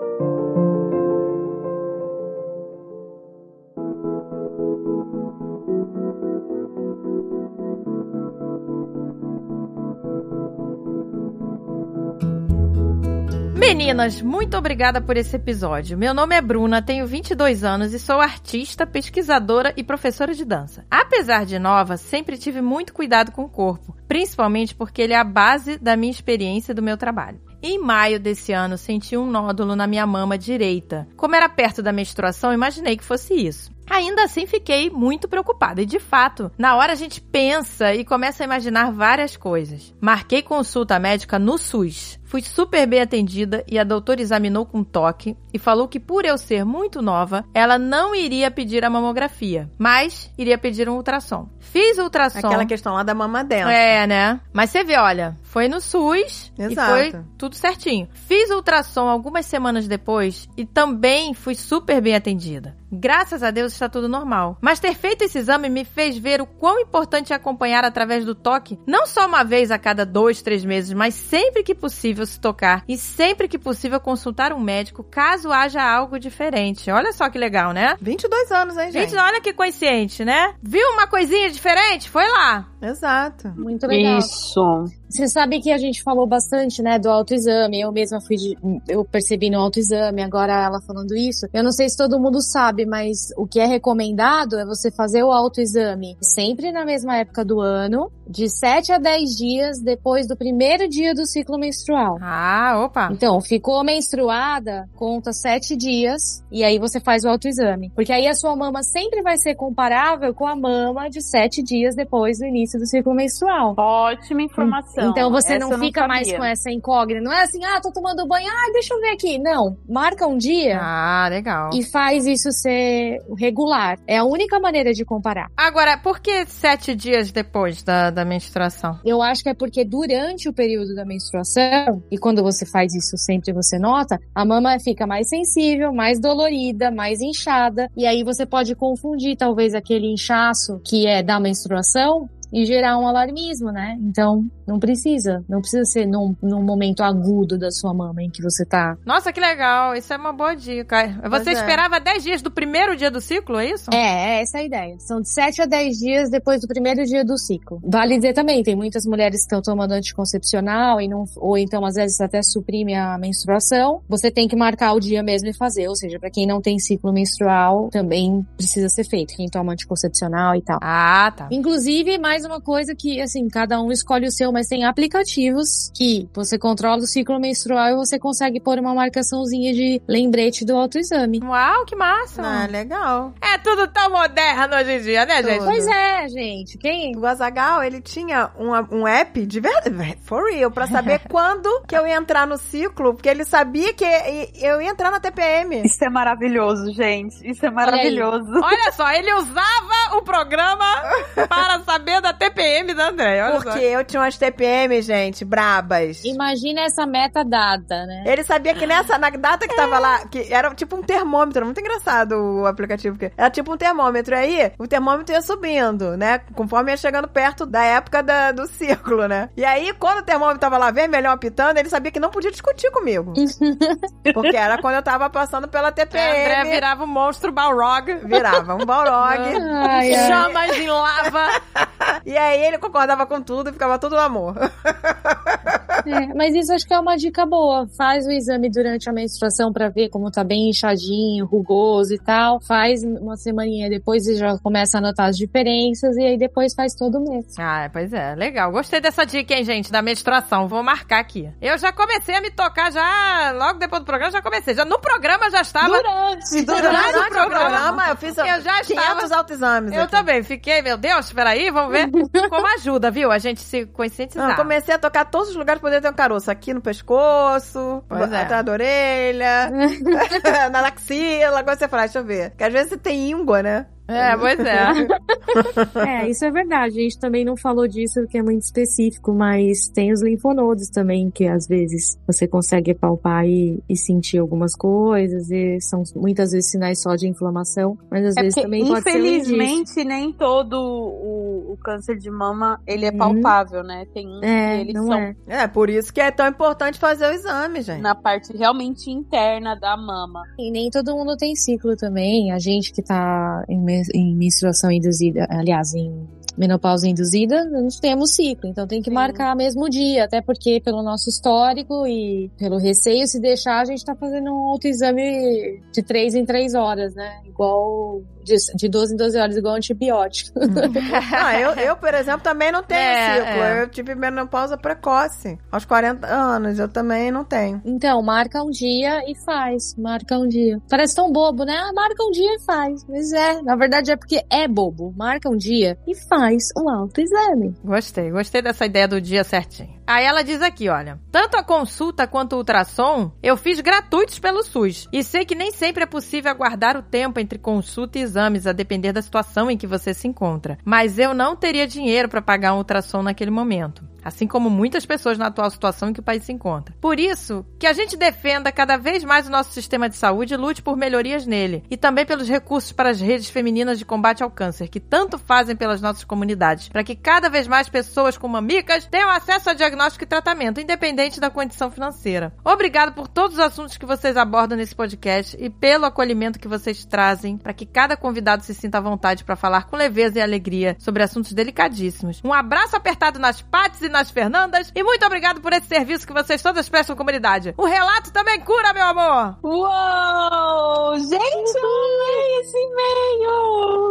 Meninas, muito obrigada por esse episódio. Meu nome é Bruna, tenho 22 anos e sou artista, pesquisadora e professora de dança. Apesar de nova, sempre tive muito cuidado com o corpo, principalmente porque ele é a base da minha experiência e do meu trabalho. Em maio desse ano, senti um nódulo na minha mama direita. Como era perto da menstruação, imaginei que fosse isso. Ainda assim, fiquei muito preocupada. E, de fato, na hora a gente pensa e começa a imaginar várias coisas. Marquei consulta médica no SUS. Fui super bem atendida e a doutora examinou com toque e falou que, por eu ser muito nova, ela não iria pedir a mamografia, mas iria pedir um ultrassom. Fiz o ultrassom. Aquela questão lá da mama dentro. Né? Mas você vê, olha, foi no SUS. Exato. E foi tudo certinho. Fiz o ultrassom algumas semanas depois e também fui super bem atendida. Graças a Deus está tudo normal. Mas ter feito esse exame me fez ver o quão importante é acompanhar através do toque, não só uma vez a cada 2, 3 meses, mas sempre que possível se tocar e sempre que possível consultar um médico caso haja algo diferente. Olha só que legal, né? 22 anos, hein, gente? Gente, olha que consciente, né? Viu uma coisinha diferente? Foi lá. Exato. Muito legal. Isso. Você sabe que a gente falou bastante, né, do autoexame. Eu mesma eu percebi no autoexame, agora ela falando isso. Eu não sei se todo mundo sabe, mas o que é recomendado é você fazer o autoexame sempre na mesma época do ano, de 7 a 10 dias depois do primeiro dia do ciclo menstrual. Ah, opa. Então, ficou menstruada, conta 7 dias, e aí você faz o autoexame. Porque aí a sua mama sempre vai ser comparável com a mama de 7 dias depois do início do ciclo menstrual. Ótima informação. Então você Essa não eu fica mais sabia. com essa incógnita. Não é assim, tô tomando banho, deixa eu ver aqui. Não, marca um dia Ah, legal. e faz isso ser regular. É a única maneira de comparar. Agora, por que 7 dias depois da menstruação? Eu acho que é porque durante o período da menstruação, e quando você faz isso sempre você nota, a mama fica mais sensível, mais dolorida, mais inchada, e aí você pode confundir talvez aquele inchaço que é da menstruação e gerar um alarmismo, né? Então, não precisa ser num momento agudo da sua mama em que você tá. Nossa, que legal. Isso é uma boa dica. Você Pois é. esperava 10 dias do primeiro dia do ciclo, é isso? Essa é a ideia. São de 7 a 10 dias depois do primeiro dia do ciclo. Vale dizer também, tem muitas mulheres que estão tomando anticoncepcional ou então às vezes até suprime a menstruação. Você tem que marcar o dia mesmo e fazer, ou seja, pra quem não tem ciclo menstrual, também precisa ser feito, quem toma anticoncepcional e tal. Ah, tá. Inclusive, mais uma coisa que, assim, cada um escolhe o seu, mas tem aplicativos que você controla o ciclo menstrual e você consegue pôr uma marcaçãozinha de lembrete do autoexame. Uau, que massa. Ah, legal. É tudo tão moderno hoje em dia, né, gente? Tudo. Pois é, gente. O Azaghal, ele tinha um app de verdade, for real, pra saber quando que eu ia entrar no ciclo, porque ele sabia que eu ia entrar na TPM. Isso é maravilhoso, gente. Isso é maravilhoso. Olha só, ele usava o programa para saber da TPM da Andréia. Olha Porque eu tinha umas TPM, gente, brabas. Imagina essa metadata, né? Ele sabia que na data que tava lá, que era tipo um termômetro, muito engraçado o aplicativo, porque era tipo um termômetro, aí o termômetro ia subindo, né, conforme ia chegando perto da época do ciclo, né, e aí quando o termômetro tava lá vermelhão apitando, ele sabia que não podia discutir comigo, porque era quando eu tava passando pela TPM. André virava um monstro Balrog. Virava um Balrog, Ai, ai. Chamas em lava. e aí ele concordava com tudo e ficava tudo no amor. Mas isso acho que é uma dica boa. Faz o exame durante a menstruação pra ver como tá bem inchadinho, rugoso e tal. Faz uma semaninha depois e já começa a notar as diferenças. E aí depois faz todo mês. Ah, pois é, legal. Gostei dessa dica, hein, gente, da menstruação. Vou marcar aqui. Eu já comecei a me tocar logo depois do programa, já comecei. Já no programa já estava... Durante o programa, eu fiz Eu já 500 autoexames. Eu aqui. também fiquei, meu Deus, peraí, vamos ver como ajuda, viu? A gente se conscientizar. Não, comecei a tocar todos os lugares pra poder ter um caroço. Aqui no pescoço, Pois é. atrás da orelha, na axila. Agora você fala, deixa eu ver. Porque às vezes você tem íngua, né? É, pois é. Isso é verdade. A gente também não falou disso porque é muito específico, mas tem os linfonodos também, que às vezes você consegue palpar e sentir algumas coisas, e são muitas vezes sinais só de inflamação, mas às vezes porque, também pode ser um indício. infelizmente, nem todo o câncer de mama, ele é palpável, né? Tem uns que eles não são é. É, por isso que é tão importante fazer o exame, gente. na parte realmente interna da mama. E nem todo mundo tem ciclo também. A gente que tá em menstruação induzida, aliás, em menopausa induzida, nós temos ciclo, então tem que marcar mesmo dia, até porque pelo nosso histórico e pelo receio, se deixar, a gente tá fazendo um autoexame de 3 em 3 horas, né? Igual de 12 em 12 horas, igual antibiótico. Eu, por exemplo, também não tenho ciclo. É. Eu tive menopausa precoce. Aos 40 anos, eu também não tenho. Então, marca um dia e faz. Marca um dia. Parece tão bobo, né? Marca um dia e faz. Mas na verdade é porque é bobo. Marca um dia e faz um autoexame. Gostei dessa ideia do dia certinho. Aí ela diz aqui, olha, tanto a consulta quanto o ultrassom eu fiz gratuitos pelo SUS. E sei que nem sempre é possível aguardar o tempo entre consulta e exames, a depender da situação em que você se encontra. Mas eu não teria dinheiro para pagar um ultrassom naquele momento. Assim como muitas pessoas na atual situação em que o país se encontra. Por isso, que a gente defenda cada vez mais o nosso sistema de saúde e lute por melhorias nele. E também pelos recursos para as redes femininas de combate ao câncer, que tanto fazem pelas nossas comunidades, para que cada vez mais pessoas com mamicas tenham acesso a diagnóstico e tratamento, independente da condição financeira. Obrigado por todos os assuntos que vocês abordam nesse podcast e pelo acolhimento que vocês trazem, para que cada convidado se sinta à vontade para falar com leveza e alegria sobre assuntos delicadíssimos. Um abraço apertado nas Patis e nas Fernandas, e muito obrigado por esse serviço que vocês todas prestam à comunidade. O relato também cura, meu amor! Uou! Gente, eu amei esse e-mail! O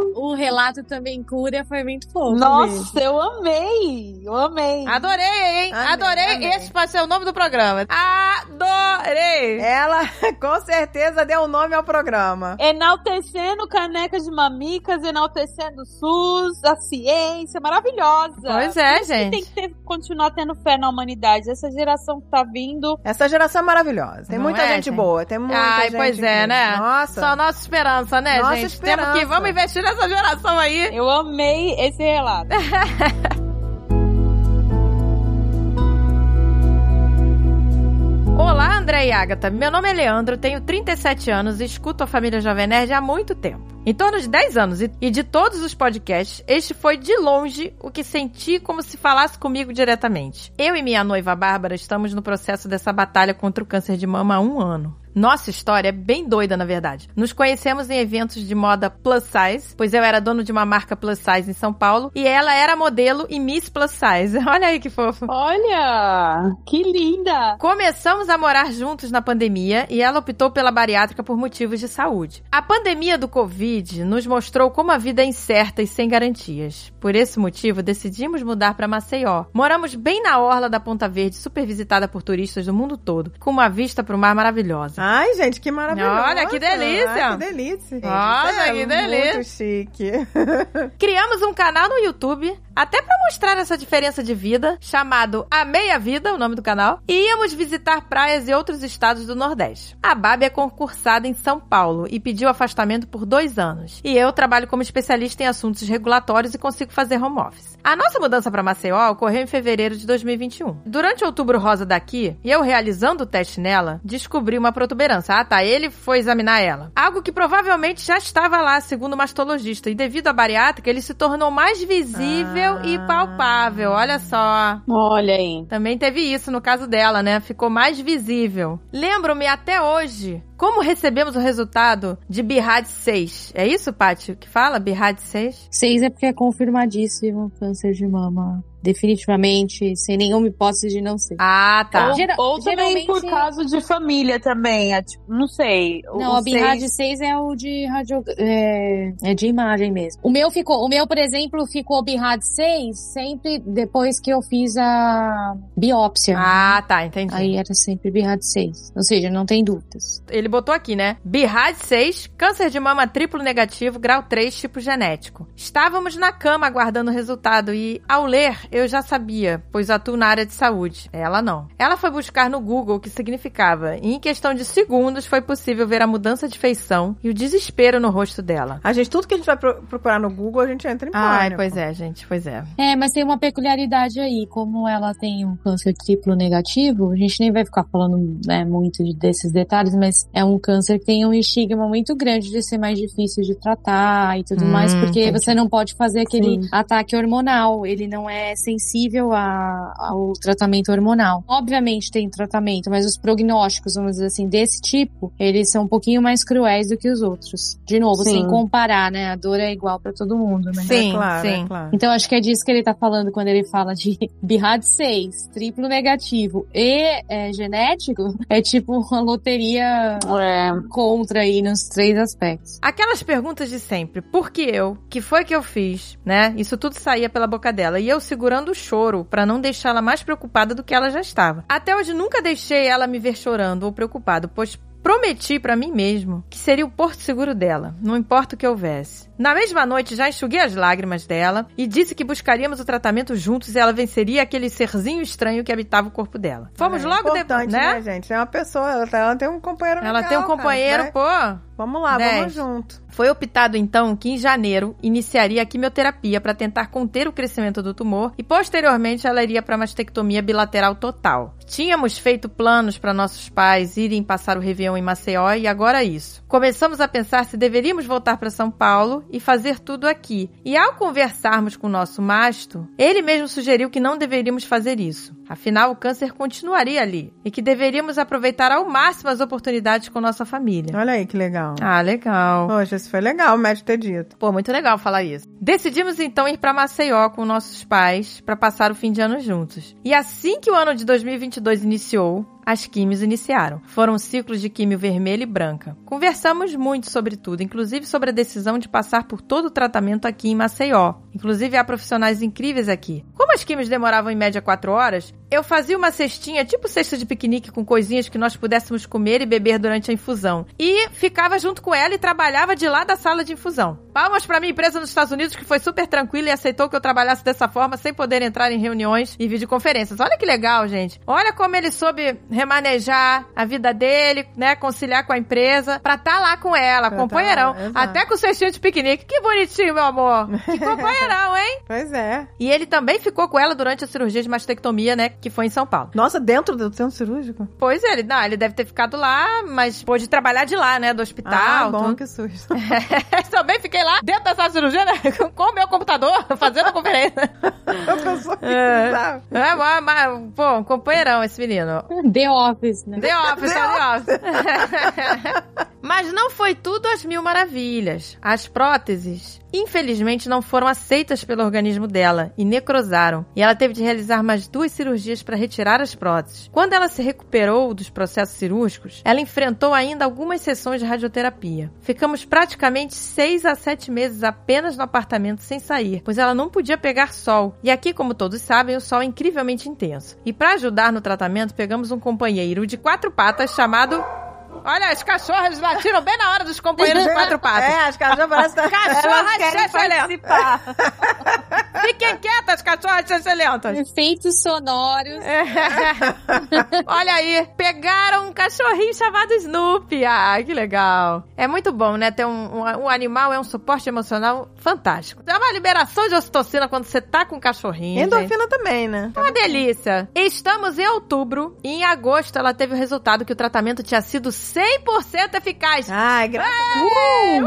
relato também cura, foi muito fofo. Nossa, eu amei! Adorei, hein? Adorei. Esse pode ser o nome do programa. Adorei! Ela, com certeza, deu o nome ao programa. Enaltecendo Caneca de Mamicas, enaltecendo o SUS, a ciência, maravilhosa. Pois é, gente. Tem que continuar tendo fé na humanidade. Essa geração que tá vindo... Essa geração é maravilhosa. Tem Não muita é, gente gente? boa, tem muita gente Pois é, incrível. né? Nossa. Só nossa esperança, né, Nossa gente? esperança. Vamos investir nessa geração aí. Eu amei esse relato. Olá, André e Agatha. Meu nome é Leandro, tenho 37 anos e escuto a família Jovem Nerd há muito tempo. Em torno de 10 anos, e de todos os podcasts, este foi de longe o que senti como se falasse comigo diretamente. Eu e minha noiva Bárbara estamos no processo dessa batalha contra o câncer de mama há 1 ano. Nossa história é bem doida, na verdade. Nos conhecemos em eventos de moda plus size, pois eu era dono de uma marca plus size em São Paulo e ela era modelo e Miss Plus Size. Olha aí que fofo. Olha, que linda! Começamos a morar juntos na pandemia e ela optou pela bariátrica por motivos de saúde. A pandemia do Covid nos mostrou como a vida é incerta e sem garantias. Por esse motivo, decidimos mudar para Maceió. Moramos bem na orla da Ponta Verde, super visitada por turistas do mundo todo, com uma vista para o mar maravilhosa. Ai, gente, que maravilhoso. Olha, que delícia. Ai, que delícia, gente. Olha, que delícia. Muito chique. Criamos um canal no YouTube, até pra mostrar essa diferença de vida, chamado A Meia Vida, o nome do canal, e íamos visitar praias e outros estados do Nordeste. A Babi é concursada em São Paulo e pediu afastamento por 2 anos. E eu trabalho como especialista em assuntos regulatórios e consigo fazer home office. A nossa mudança para Maceió ocorreu em fevereiro de 2021. Durante o Outubro Rosa daqui, e eu realizando o teste nela, descobri uma protuberância. Ele foi examinar ela. Algo que provavelmente já estava lá, segundo o mastologista. E devido à bariátrica, ele se tornou mais visível e palpável. Olha só. Olha aí. Também teve isso no caso dela, né? Ficou mais visível. Lembro-me até hoje como recebemos o resultado de BIRAD 6. É isso, Paty, que fala? BIRAD 6? 6 é porque é confirmadíssimo câncer de mama. Definitivamente, sem nenhuma hipótese de não ser. Ah, tá. Ou também por caso de família também, não sei. Não, a BIRAD 6 é o de é de imagem mesmo. O meu, por exemplo, ficou BIRAD 6 sempre depois que eu fiz a biópsia. Ah, tá, entendi. Aí era sempre BIRAD 6. Ou seja, não tem dúvidas. Ele botou aqui, né? BIRAD 6, câncer de mama triplo negativo, grau 3, tipo genético. Estávamos na cama aguardando o resultado e, ao ler, eu já sabia, pois atuo na área de saúde. Ela não. Ela foi buscar no Google o que significava e em questão de segundos foi possível ver a mudança de feição e o desespero no rosto dela. A gente, tudo que a gente vai procurar no Google, a gente entra em pânico. Ai, pois é, gente, pois é. Mas tem uma peculiaridade aí, como ela tem um câncer triplo negativo, a gente nem vai ficar falando muito desses detalhes, mas é um câncer que tem um estigma muito grande de ser mais difícil de tratar e tudo mais, porque entendi. Você não pode fazer aquele ataque hormonal, ele não é sensível ao tratamento hormonal. Obviamente tem tratamento, mas os prognósticos, vamos dizer assim, desse tipo, eles são um pouquinho mais cruéis do que os outros. De novo, sem comparar, né? A dor é igual pra todo mundo, né? Sim, claro, sim. Claro. Então acho que é disso que ele tá falando quando ele fala de BIRAD 6, triplo negativo e genético, é tipo uma loteria contra aí nos 3 aspectos. Aquelas perguntas de sempre. Por que eu? Que foi que eu fiz? Né? Isso tudo saía pela boca dela. E eu segurando o choro pra não deixá-la mais preocupada do que ela já estava. Até hoje nunca deixei ela me ver chorando ou preocupado, pois prometi pra mim mesmo que seria o porto seguro dela, não importa o que houvesse. Na mesma noite, já enxuguei as lágrimas dela e disse que buscaríamos o tratamento juntos e ela venceria aquele serzinho estranho que habitava o corpo dela. Fomos logo depois, né, gente? É uma pessoa, ela tem um companheiro legal, ela tem um companheiro, cara, Vamos lá, 10. Vamos junto. Foi optado, então, que em janeiro iniciaria a quimioterapia para tentar conter o crescimento do tumor e, posteriormente, ela iria para a mastectomia bilateral total. Tínhamos feito planos para nossos pais irem passar o Réveillon em Maceió e agora isso. Começamos a pensar se deveríamos voltar para São Paulo e fazer tudo aqui. E ao conversarmos com o nosso masto, ele mesmo sugeriu que não deveríamos fazer isso. Afinal, o câncer continuaria ali e que deveríamos aproveitar ao máximo as oportunidades com nossa família. Olha aí que legal. Ah, legal. Poxa, isso foi legal o médico ter dito. Pô, muito legal falar isso. Decidimos então ir para Maceió com nossos pais para passar o fim de ano juntos. E assim que o ano de 2022 iniciou, as químios iniciaram. Foram ciclos de químio vermelha e branca. Conversamos muito sobre tudo, inclusive sobre a decisão de passar por todo o tratamento aqui em Maceió. Inclusive, há profissionais incríveis aqui. Como as químios demoravam em média 4 horas, eu fazia uma cestinha, tipo cesta de piquenique, com coisinhas que nós pudéssemos comer e beber durante a infusão. E ficava junto com ela e trabalhava de lá da sala de infusão. Palmas pra minha empresa nos Estados Unidos, que foi super tranquila e aceitou que eu trabalhasse dessa forma, sem poder entrar em reuniões e videoconferências. Olha que legal, gente. Olha como ele soube remanejar a vida dele, né, conciliar com a empresa, pra estar lá com ela, companheirão. Até com cestinha de piquenique. Que bonitinho, meu amor. Que companheirão, hein? Pois é. E ele também ficou com ela durante a cirurgia de mastectomia, né, que foi em São Paulo. Nossa, dentro do centro cirúrgico? Pois é, ele deve ter ficado lá, mas pôde trabalhar de lá, né, do hospital. Bom, tudo. que susto. Também fiquei lá, dentro da sala de cirurgia, né, com o meu computador, fazendo a conferência. Eu pensou que precisava. Mas, pô, um companheirão esse menino. The Office, né? The Office. Mas não foi tudo às mil maravilhas. As próteses, infelizmente, não foram aceitas pelo organismo dela e necrosaram. E ela teve de realizar mais 2 cirurgias para retirar as próteses. Quando ela se recuperou dos processos cirúrgicos, ela enfrentou ainda algumas sessões de radioterapia. Ficamos praticamente 6 a 7 meses apenas no apartamento sem sair, pois ela não podia pegar sol. E aqui, como todos sabem, o sol é incrivelmente intenso. E para ajudar no tratamento, pegamos um companheiro de 4 patas chamado... Olha, as cachorras latiram bem na hora dos companheiros de 4 patas. As cachorras parecem... Cachorras querem participar. Fiquem quietas, cachorras excelentes. Efeitos sonoros. Olha aí, pegaram um cachorrinho chamado Snoopy. Ah, que legal. É muito bom, né? Ter um animal é um suporte emocional fantástico. É uma liberação de ocitocina quando você tá com um cachorrinho. Endorfina também, né? Uma delícia. Estamos em outubro e em agosto ela teve o resultado que o tratamento tinha sido 100% eficaz. Ai, graças a Deus.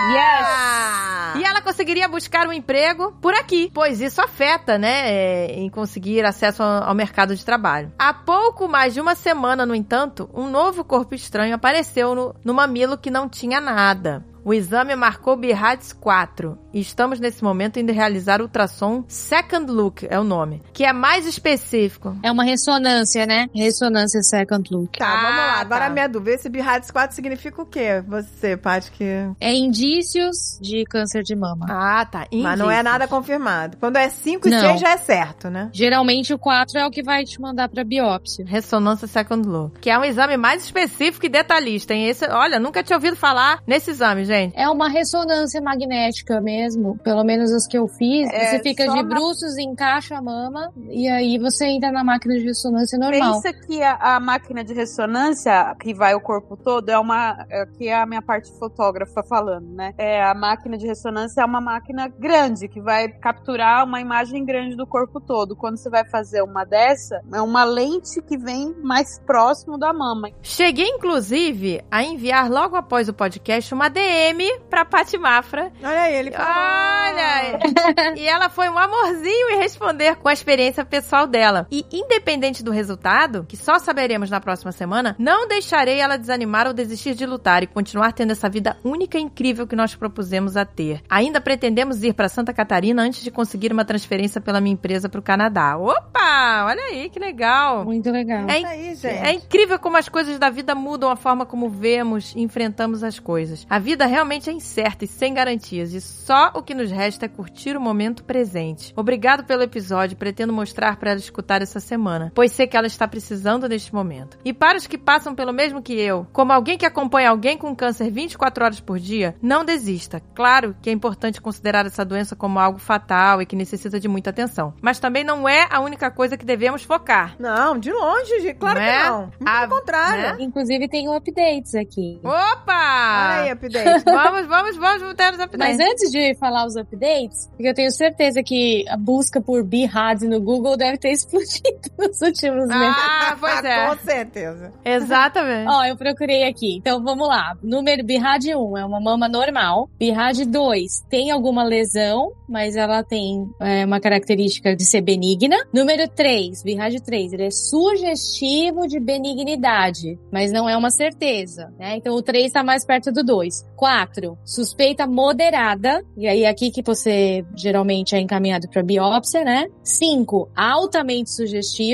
Yes! E ela conseguiria buscar um emprego por aqui, pois isso afeta, né, em conseguir acesso ao mercado de trabalho. Há pouco mais de uma semana, no entanto, um novo corpo estranho apareceu no mamilo que não tinha nada. O exame marcou BIRADS 4 e estamos nesse momento indo realizar ultrassom Second Look, é o nome, que é mais específico. É uma ressonância, né? Ressonância Second Look. Tá, vamos lá. Agora a minha dúvida, esse BIRADS 4 significa o quê? Você, Paty, que... É indícios de câncer de mama. Ah, tá. Indícios. Mas não é nada confirmado. Quando é 5 e Não. 6 já é certo, né? Geralmente o 4 é o que vai te mandar pra biópsia. Ressonância Second Look, que é um exame mais específico e detalhista, hein? Esse, olha, nunca tinha ouvido falar nesse exame, gente. É uma ressonância magnética mesmo, pelo menos as que eu fiz. Você fica de bruços, encaixa a mama e aí você entra na máquina de ressonância normal. Pensa que a máquina de ressonância, que vai o corpo todo, que é a minha parte fotógrafa falando, né? A máquina de ressonância é uma máquina grande, que vai capturar uma imagem grande do corpo todo. Quando você vai fazer uma dessa, é uma lente que vem mais próximo da mama. Cheguei, inclusive, a enviar logo após o podcast uma DM pra Paty Mafra. Olha aí, ele falou. Olha! E ela foi um amorzinho em responder com a experiência pessoal dela. E independente do resultado, que só saberemos na próxima semana, não deixarei ela desanimar ou desistir de lutar e continuar tendo essa vida única e incrível que nós propusemos a ter. Ainda pretendemos ir pra Santa Catarina antes de conseguir uma transferência pela minha empresa pro Canadá. Opa! Olha aí, que legal. Muito legal. É incrível como as coisas da vida mudam a forma como vemos e enfrentamos as coisas. A vida realmente é incerta e sem garantias, e só o que nos resta é curtir o momento presente. Obrigado pelo episódio, pretendo mostrar para ela escutar essa semana, pois sei que ela está precisando neste momento. E para os que passam pelo mesmo que eu, como alguém que acompanha alguém com câncer 24 horas por dia, não desista. Claro que é importante considerar essa doença como algo fatal e que necessita de muita atenção, mas também não é a única coisa que devemos focar. Não, de longe, claro que não. Muito ao contrário. Né? Inclusive tem updates aqui. Opa! Olha aí, update. Vamos ter os updates. Mas antes de falar os updates, porque eu tenho certeza que a busca por BIRADS no Google deve ter explodido nos últimos meses. Ah, pois é. Com certeza. Exatamente. Ó, eu procurei aqui. Então, vamos lá. Número BIRAD 1 é uma mama normal. BIRAD 2 tem alguma lesão, mas ela tem uma característica de ser benigna. Número 3, BIRAD 3, ele é sugestivo de benignidade, mas não é uma certeza, né? Então, o 3 tá mais perto do 2. 4, suspeita moderada, e aí aqui que você geralmente é encaminhado para biópsia, né? 5, altamente sugestiva.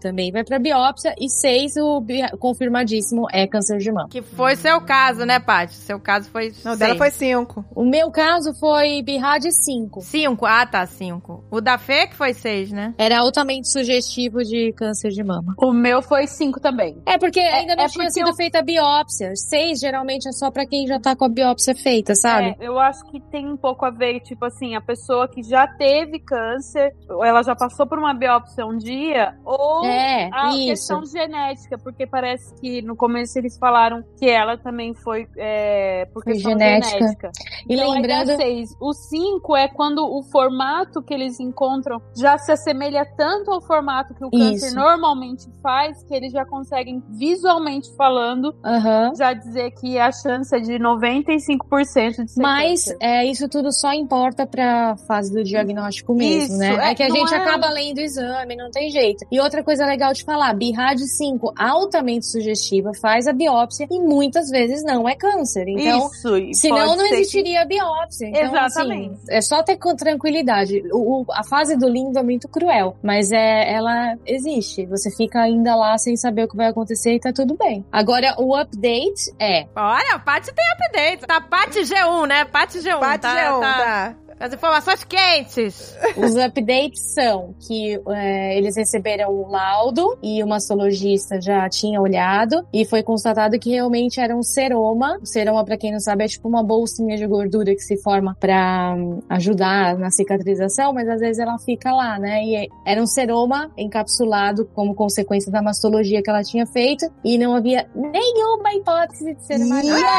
também vai pra biópsia, e 6, o confirmadíssimo é câncer de mama. Que foi seu caso, né, Paty? Seu caso foi Não, dela 6. foi 5. O meu caso foi BIRAD 5. 5, tá, 5. O da Fê que foi 6, né? Era altamente sugestivo de câncer de mama. O meu foi 5 também. É porque ainda não é tinha porque sido feita a biópsia. 6 geralmente é só pra quem já tá com a biópsia feita, sabe? Eu acho que tem um pouco a ver, tipo assim, a pessoa que já teve câncer, ou ela já passou por uma biópsia um dia, ou a isso. questão genética, porque parece que no começo eles falaram que ela também foi por Foi questão genética. E então, lembrando... é 6. O 5 é quando o formato que eles encontram já se assemelha tanto ao formato que o câncer Isso. normalmente faz, que eles já conseguem, visualmente falando, já dizer que a chance é de 95% de ser Mas câncer. isso tudo só importa pra fase do diagnóstico mesmo, Isso, né? É que a não gente é- acaba lendo o exame, não tem jeito. E outra coisa legal de falar, BIRAD 5, altamente sugestiva, faz a biópsia e muitas vezes não é câncer. Então, Isso, e senão pode não ser existiria a biópsia. Então, Exatamente. assim, é só ter com tranquilidade. A fase do limbo é muito cruel, mas ela existe. Você fica ainda lá sem saber o que vai acontecer e tá tudo bem. Agora, o update Olha, a Paty tem update. Tá Paty G1, né? Paty G1. Paty G1, tá. As informações quentes. Os updates são que eles receberam o laudo e o mastologista já tinha olhado e foi constatado que realmente era um seroma. O seroma, pra quem não sabe, é tipo uma bolsinha de gordura que se forma pra ajudar na cicatrização, mas às vezes ela fica lá, né? E era um seroma encapsulado como consequência da mastologia que ela tinha feito e não havia nenhuma hipótese de ser uma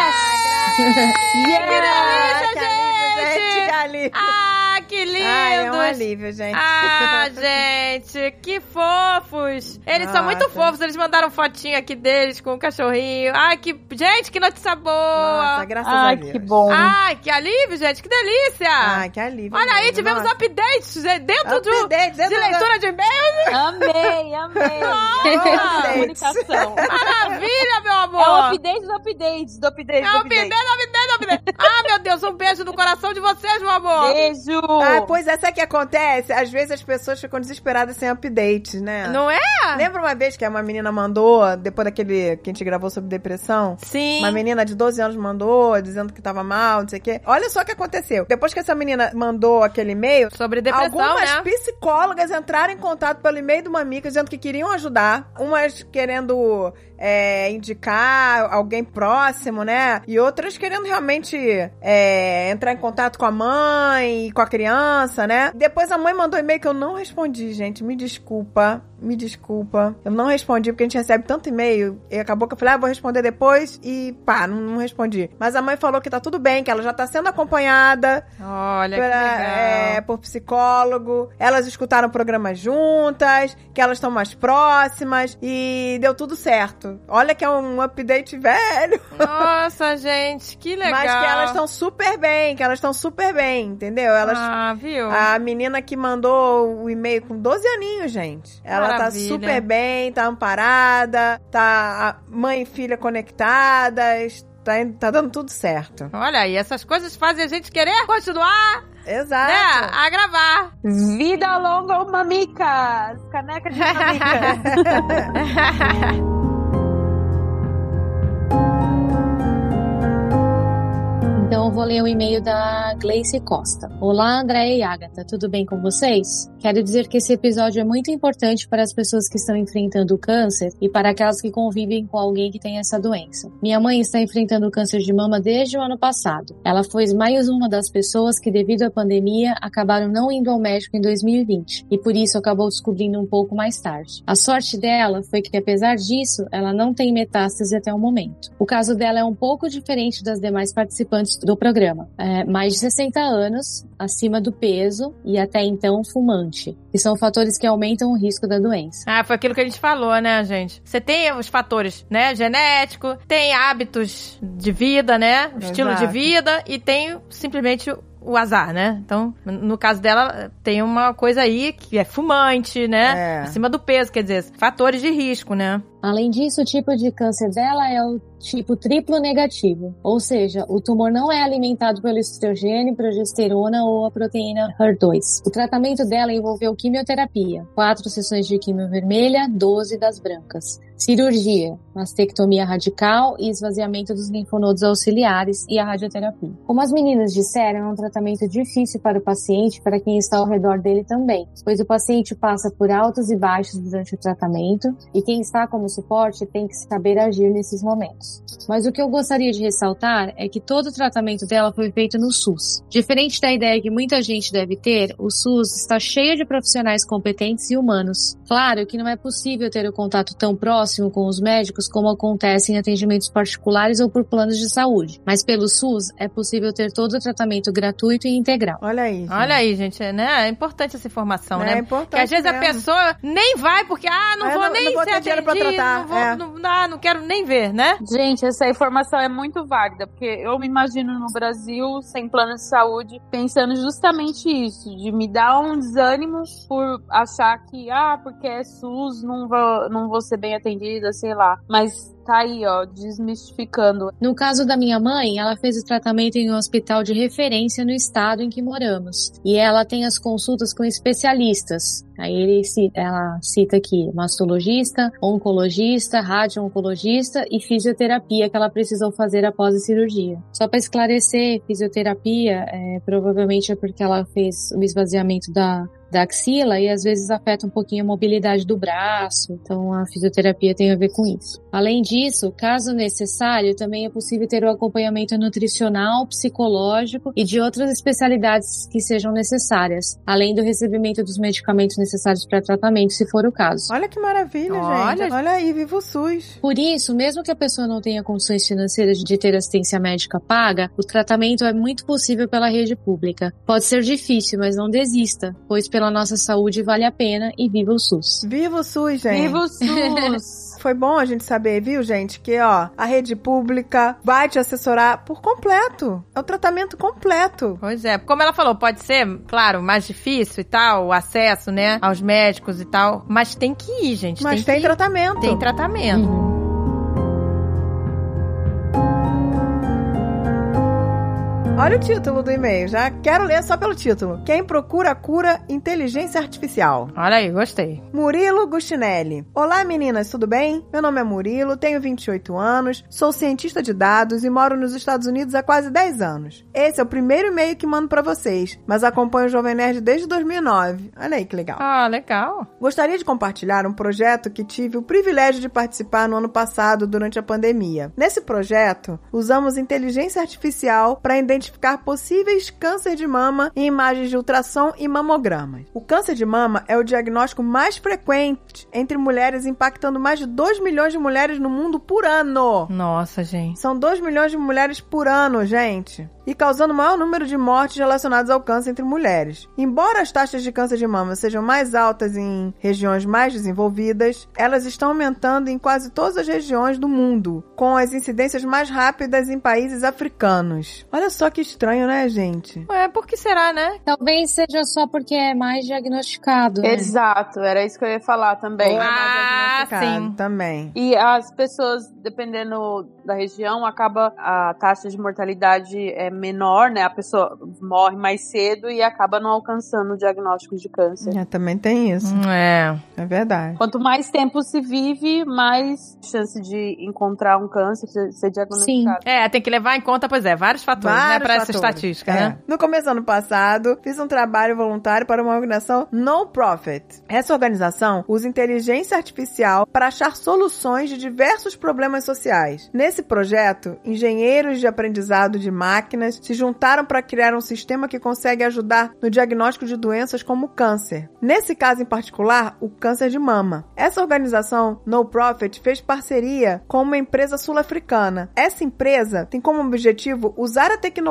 Que alívio. Ah, que lindo! Ai, é um alívio, gente. Ah, gente, que fofos! Eles são muito fofos, eles mandaram fotinho aqui deles com o cachorrinho. Ai, gente, que notícia boa! Nossa, graças a Deus. que bom. Ai, que alívio, gente, que delícia! Ai, que alívio. Olha aí, mesmo, tivemos nossa. updates dentro Updates, de leitura de e-mail. Amei. Ah, Comunicação. Maravilha, meu amor! É o update do update, do update, É do o update. update. Ah, meu Deus, um beijo no coração de vocês, meu amor! Beijo! Pois é, sabe o que acontece? Às vezes as pessoas ficam desesperadas sem updates, né? Não é? Lembra uma vez que uma menina mandou, depois daquele que a gente gravou sobre depressão? Sim. Uma menina de 12 anos mandou, dizendo que tava mal, não sei o quê. Olha só o que aconteceu. Depois que essa menina mandou aquele e-mail, Sobre depressão, algumas né? psicólogas entraram em contato pelo e-mail do Mamica, dizendo que queriam ajudar. Umas querendo indicar alguém próximo, né? E outras querendo realmente entrar em contato com a mãe, com a criança, né? Depois a mãe mandou e-mail que eu não respondi, gente. Me desculpa. Eu não respondi porque a gente recebe tanto e-mail e acabou que eu falei, vou responder depois e pá, não respondi. Mas a mãe falou que tá tudo bem, que ela já tá sendo acompanhada Olha, que legal. por psicólogo. Elas escutaram o programa juntas, que elas estão mais próximas e deu tudo certo. Olha que é um update velho. Nossa, gente, que legal. Mas que elas estão super bem, entendeu? Elas, viu? a menina que mandou o e-mail com 12 aninhos, gente. Ela tá Maravilha. super bem, tá amparada, tá a mãe e filha conectadas, tá dando tudo certo. Olha aí, essas coisas fazem a gente querer continuar, Exato. né, a gravar. Vida longa, mamicas! Caneca de mamicas! Então eu vou ler o e-mail da Gleice Costa. Olá, Andréia e Agatha, tudo bem com vocês? Quero dizer que esse episódio é muito importante para as pessoas que estão enfrentando o câncer e para aquelas que convivem com alguém que tem essa doença. Minha mãe está enfrentando o câncer de mama desde o ano passado. Ela foi mais uma das pessoas que, devido à pandemia, acabaram não indo ao médico em 2020 e por isso acabou descobrindo um pouco mais tarde. A sorte dela foi que, apesar disso, ela não tem metástase até o momento. O caso dela é um pouco diferente das demais participantes do programa. Mais de 60 anos, acima do peso e até então fumante, que são fatores que aumentam o risco da doença. Foi aquilo que a gente falou, né, gente? Você tem os fatores, né, genético, tem hábitos de vida, né, estilo de vida e tem simplesmente o azar, né? Então, no caso dela, tem uma coisa aí que é fumante, né? Acima do peso, quer dizer, fatores de risco, né? Além disso, o tipo de câncer dela é o tipo triplo negativo, ou seja, o tumor não é alimentado pelo estrogênio, progesterona ou a proteína HER2. O tratamento dela envolveu quimioterapia, 4 sessões de quimio vermelha, 12 das brancas. Cirurgia, mastectomia radical e esvaziamento dos linfonodos auxiliares e a radioterapia. Como as meninas disseram, é um tratamento difícil para o paciente e para quem está ao redor dele também, pois o paciente passa por altos e baixos durante o tratamento e quem está como suporte tem que saber agir nesses momentos. Mas o que eu gostaria de ressaltar é que todo o tratamento dela foi feito no SUS. Diferente da ideia que muita gente deve ter, o SUS está cheio de profissionais competentes e humanos. Claro que não é possível ter o contato tão próximo com os médicos como acontece em atendimentos particulares ou por planos de saúde, mas pelo SUS é possível ter todo o tratamento gratuito e integral. Olha aí, gente. Olha aí, gente, né? É importante essa informação, né? É importante. Porque às vezes mesmo. A pessoa nem vai porque, não vou nem não vou ser ter dinheiro pra tratar. não quero nem ver, né? Gente, essa informação é muito válida, porque eu me imagino no Brasil, sem plano de saúde, pensando justamente isso, de me dar um desânimo por achar que, porque é SUS, não vou ser bem atendida, sei lá. Mas tá aí, ó, desmistificando. No caso da minha mãe, ela fez o tratamento em um hospital de referência no estado em que moramos. E ela tem as consultas com especialistas. Aí ela cita aqui mastologista, oncologista, radio-oncologista e fisioterapia que ela precisou fazer após a cirurgia. Só para esclarecer, fisioterapia provavelmente é porque ela fez o esvaziamento da axila e às vezes afeta um pouquinho a mobilidade do braço, então a fisioterapia tem a ver com isso. Além disso, caso necessário, também é possível ter o acompanhamento nutricional, psicológico e de outras especialidades que sejam necessárias, além do recebimento dos medicamentos necessários para tratamento, se for o caso. Olha que maravilha, gente. Olha aí, viva o SUS. Por isso, mesmo que a pessoa não tenha condições financeiras de ter assistência médica paga, o tratamento é muito possível pela rede pública. Pode ser difícil, mas não desista, pois pela nossa saúde vale a pena e viva o SUS. Viva o SUS, gente. Viva o SUS. Foi bom a gente saber, viu, gente, que, a rede pública vai te assessorar por completo. É o tratamento completo. Pois é. Como ela falou, pode ser, claro, mais difícil e tal, o acesso, né, aos médicos e tal, mas tem que ir, gente. Mas tem tratamento. Tem tratamento. Olha o título do e-mail, já quero ler só pelo título. Quem procura cura inteligência artificial. Olha aí, gostei. Murilo Gustinelli. Olá meninas, tudo bem? Meu nome é Murilo, tenho 28 anos, sou cientista de dados e moro nos Estados Unidos há quase 10 anos. Esse é o primeiro e-mail que mando pra vocês, mas acompanho o Jovem Nerd desde 2009. Olha aí que legal. Legal. Gostaria de compartilhar um projeto que tive o privilégio de participar no ano passado durante a pandemia. Nesse projeto, usamos inteligência artificial para identificar possíveis câncer de mama em imagens de ultrassom e mamogramas. O câncer de mama é o diagnóstico mais frequente entre mulheres, impactando mais de 2 milhões de mulheres no mundo por ano. Nossa, gente. São 2 milhões de mulheres por ano, gente. E causando o maior número de mortes relacionadas ao câncer entre mulheres. Embora as taxas de câncer de mama sejam mais altas em regiões mais desenvolvidas, elas estão aumentando em quase todas as regiões do mundo, com as incidências mais rápidas em países africanos. Olha só que estranho, né, gente? Por que será, né? Talvez seja só porque é mais diagnosticado, né? Exato, era isso que eu ia falar também. Sim. Também. E as pessoas, dependendo da região, acaba a taxa de mortalidade menor, né? A pessoa morre mais cedo e acaba não alcançando o diagnóstico de câncer. Também tem isso. É verdade. Quanto mais tempo se vive, mais chance de encontrar um câncer, ser diagnosticado. Sim. Tem que levar em conta, vários fatores, né? Pra essa estatística, né? No começo do ano passado, fiz um trabalho voluntário para uma organização non-profit. Essa organização usa inteligência artificial para achar soluções de diversos problemas sociais. Nesse projeto, engenheiros de aprendizado de máquinas se juntaram para criar um sistema que consegue ajudar no diagnóstico de doenças como câncer. Nesse caso em particular, o câncer de mama. Essa organização non-profit fez parceria com uma empresa sul-africana. Essa empresa tem como objetivo usar a tecnologia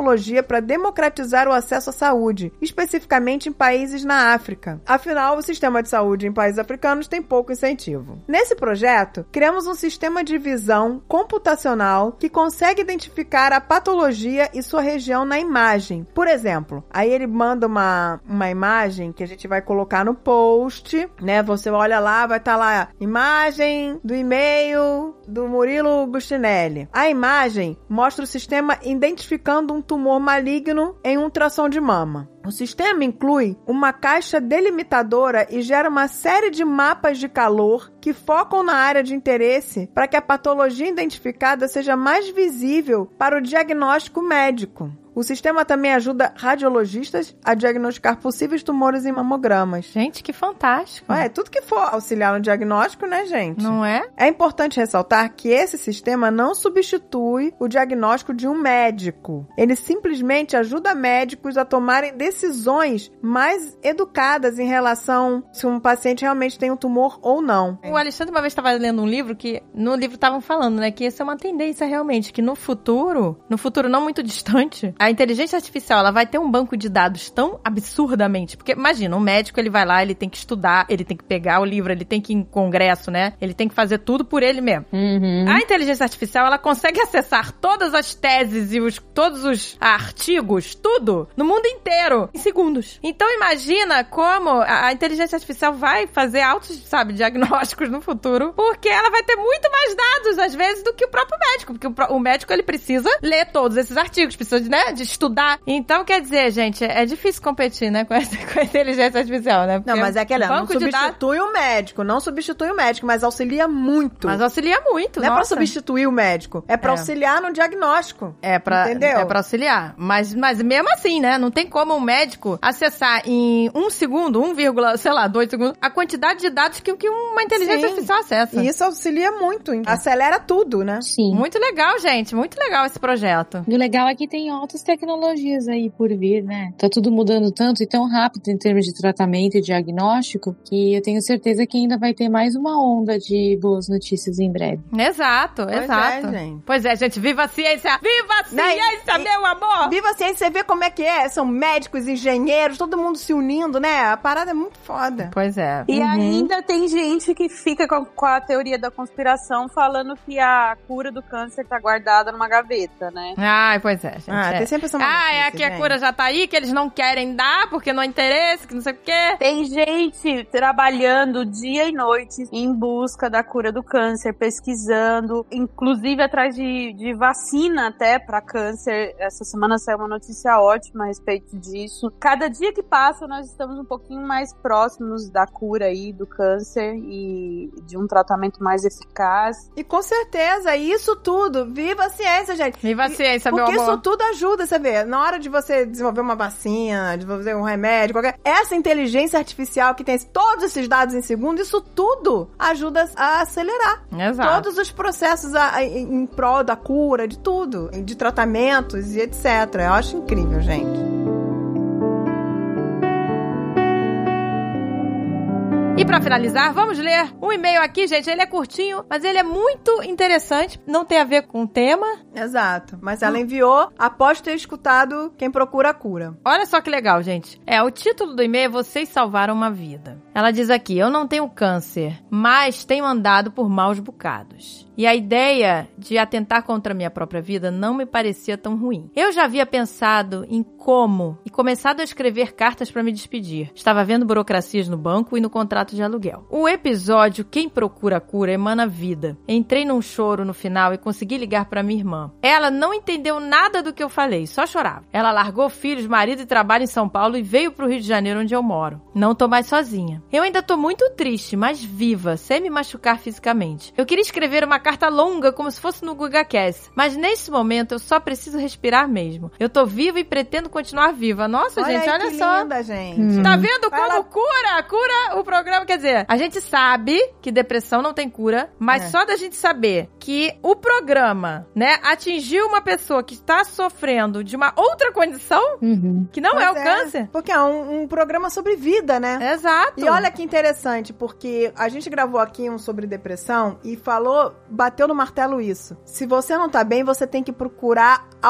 tecnologia para democratizar o acesso à saúde, especificamente em países na África. Afinal, o sistema de saúde em países africanos tem pouco incentivo. Nesse projeto, criamos um sistema de visão computacional que consegue identificar a patologia e sua região na imagem. Por exemplo, aí ele manda uma imagem que a gente vai colocar no post, né? Você olha lá, vai estar lá, imagem do e-mail do Murilo Gustinelli. A imagem mostra o sistema identificando um tumor maligno em um ultrassom de mama. O sistema inclui uma caixa delimitadora e gera uma série de mapas de calor que focam na área de interesse para que a patologia identificada seja mais visível para o diagnóstico médico. O sistema também ajuda radiologistas a diagnosticar possíveis tumores em mamogramas. Gente, que fantástico. É tudo que for auxiliar no diagnóstico, né, gente? Não é? É importante ressaltar que esse sistema não substitui o diagnóstico de um médico. Ele simplesmente ajuda médicos a tomarem decisões mais educadas em relação se um paciente realmente tem um tumor ou não. O Alexandre uma vez estava lendo um livro que, no livro estavam falando, né, que essa é uma tendência realmente, que no futuro não muito distante, a inteligência artificial, ela vai ter um banco de dados tão absurdamente, porque imagina, um médico, ele vai lá, ele tem que estudar, ele tem que pegar o livro, ele tem que ir em congresso, né, ele tem que fazer tudo por ele mesmo. Uhum. A inteligência artificial, ela consegue acessar todas as teses e todos os artigos, tudo, no mundo inteiro, em segundos. Então imagina como a inteligência artificial vai fazer altos, diagnósticos no futuro, porque ela vai ter muito mais dados, às vezes, do que o próprio médico, porque o médico, ele precisa ler todos esses artigos, precisa de estudar. Então, quer dizer, gente, é difícil competir, né, com a inteligência artificial, né? Porque não, mas é que ela não substitui o médico, mas auxilia muito. Mas auxilia muito, não é pra substituir o médico, é pra auxiliar no diagnóstico. Entendeu? É pra auxiliar. Mas mesmo assim, né, não tem como um médico acessar em 1 segundo, 2 segundos, a quantidade de dados que uma inteligência artificial acessa. E isso auxilia muito, acelera tudo, né? Sim. Muito legal, gente, muito legal esse projeto. E o legal é que tem outras tecnologias aí por vir, né? Tá tudo mudando tanto e tão rápido em termos de tratamento e diagnóstico que eu tenho certeza que ainda vai ter mais uma onda de boas notícias em breve. Exato. Pois é, gente, viva a ciência! Viva a ciência, meu amor! Viva a ciência, você vê como é que é? São médicos, engenheiros, todo mundo se unindo, né? A parada é muito foda. Pois é. E ainda tem gente que fica com a teoria da conspiração falando que a cura do câncer tá guardada numa gaveta, né? Ai, pois é, gente. Tem sempre essa é que a cura já tá aí, que eles não querem dar, porque não há interesse, que não sei o quê. Tem gente trabalhando dia e noite em busca da cura do câncer, pesquisando, inclusive atrás de vacina até pra câncer. Essa semana saiu uma notícia ótima a respeito disso. Cada dia que passa, nós estamos um pouquinho mais próximos da cura aí do câncer e de um tratamento mais eficaz. E com certeza, isso tudo, viva a ciência, gente. Viva a ciência, meu amor. Porque isso tudo ajuda, você vê. Na hora de você desenvolver uma vacina, desenvolver um remédio, essa inteligência artificial que tem todos esses dados em segundo, isso tudo ajuda a acelerar. Exato. Todos os processos em prol da cura, de tudo. De tratamentos e etc. Eu acho incrível, gente. E pra finalizar, vamos ler um e-mail aqui, gente. Ele é curtinho, mas ele é muito interessante. Não tem a ver com o tema. Exato. Mas ela enviou após ter escutado Quem Procura a Cura. Olha só que legal, gente. O título do e-mail é Vocês Salvaram uma Vida. Ela diz aqui, eu não tenho câncer, mas tenho andado por maus bocados. E a ideia de atentar contra a minha própria vida não me parecia tão ruim. Eu já havia pensado em como e começado a escrever cartas para me despedir. Estava vendo burocracias no banco e no contrato de aluguel. O episódio Quem Procura a Cura emana vida. Entrei num choro no final e consegui ligar para minha irmã. Ela não entendeu nada do que eu falei, só chorava. Ela largou filhos, marido e trabalho em São Paulo e veio pro Rio de Janeiro, onde eu moro. Não tô mais sozinha. Eu ainda tô muito triste, mas viva, sem me machucar fisicamente. Eu queria escrever uma carta longa, como se fosse no GugaCast, mas nesse momento eu só preciso respirar mesmo. Eu tô viva e pretendo continuar viva. Nossa, gente, olha só. Linda, gente. Tá vendo como cura o programa? Quer dizer, a gente sabe que depressão não tem cura, mas só da gente saber que o programa, né, atingiu uma pessoa que está sofrendo de uma outra condição, que não é o câncer. Porque é um programa sobre vida, né? Exato. E olha que interessante, porque a gente gravou aqui um sobre depressão e bateu no martelo isso. Se você não tá bem, você tem que procurar algum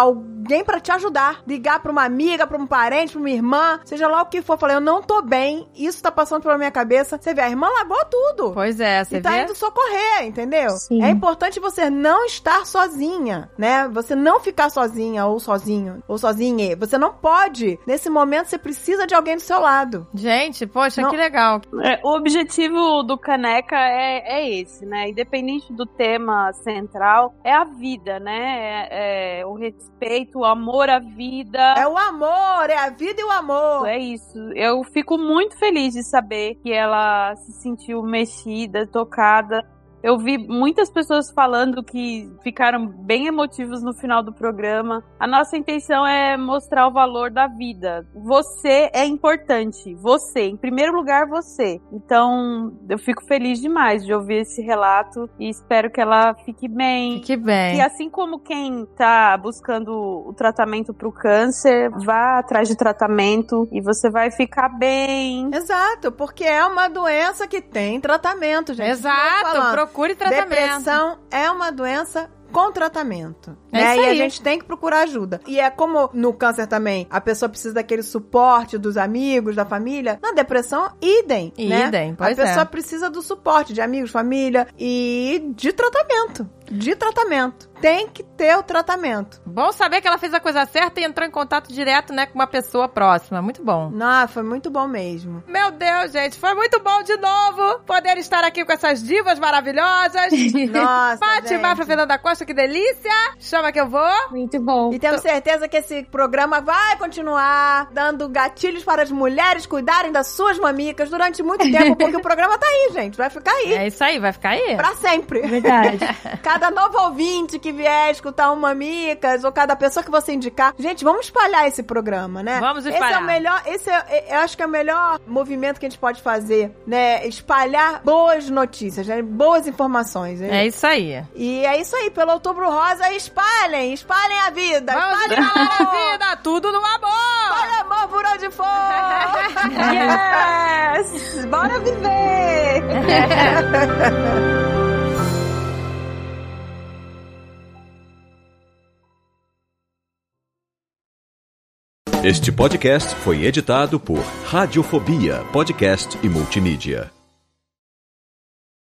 alguém pra te ajudar. Ligar pra uma amiga, pra um parente, pra uma irmã, seja lá o que for. Falei, eu não tô bem, isso tá passando pela minha cabeça. Você vê, a irmã largou tudo. Pois é, você e tá vê? indo socorrer, entendeu? Sim. É importante você não estar sozinha, né? Você não ficar sozinha ou sozinho, ou sozinha. Você não pode. Nesse momento, você precisa de alguém do seu lado. Gente, poxa, Não. que legal. O objetivo do Caneca é esse, né? Independente do tema central, é a vida, né? É o respeito, o amor à vida. É o amor, é a vida e o amor. É isso. Eu fico muito feliz de saber que ela se sentiu mexida, tocada. Eu vi muitas pessoas falando que ficaram bem emotivos no final do programa. A nossa intenção é mostrar o valor da vida. Você é importante. Você, em primeiro lugar, você. Então, eu fico feliz demais de ouvir esse relato e espero que ela fique bem. Fique bem. E assim como quem tá buscando o tratamento pro câncer, vá atrás de tratamento e você vai ficar bem. Exato, porque é uma doença que tem tratamento, gente. Exato, procure tratamento. Depressão é uma doença com tratamento, É né? isso E a aí. gente tem que procurar ajuda. E é como no câncer também, a pessoa precisa daquele suporte dos amigos, da família. Na depressão, idem, né? Idem, pois a pessoa é. precisa do suporte de amigos, família e de tratamento. De tratamento. Tem que ter o tratamento. Bom saber que ela fez a coisa certa e entrou em contato direto, né, com uma pessoa próxima. Muito bom. Não, foi muito bom mesmo. Meu Deus, gente, foi muito bom de novo poder estar aqui com essas divas maravilhosas. Nossa, Pati, gente. Mafra, Fernanda Costa, que delícia. Chama que eu vou. Muito bom. E temos certeza que esse programa vai continuar dando gatilhos para as mulheres cuidarem das suas mamicas durante muito tempo, porque o programa tá aí, gente. Vai ficar aí. É isso aí, vai ficar aí. Pra sempre. Verdade. Cada novo ouvinte que vier escutar um Mamicas, ou cada pessoa que você indicar. Gente, vamos espalhar esse programa, né? Vamos Esse é espalhar. o melhor, eu acho que é o melhor movimento que a gente pode fazer, né? Espalhar boas notícias, né? Boas informações. Né? É isso aí. E é isso aí, pelo Outubro Rosa, espalhem a vida. Vamos espalhem espalhar amor. a vida, tudo no amor. Espalhem amor por onde for. Yes! Bora viver! Este podcast foi editado por Radiofobia, podcast e multimídia.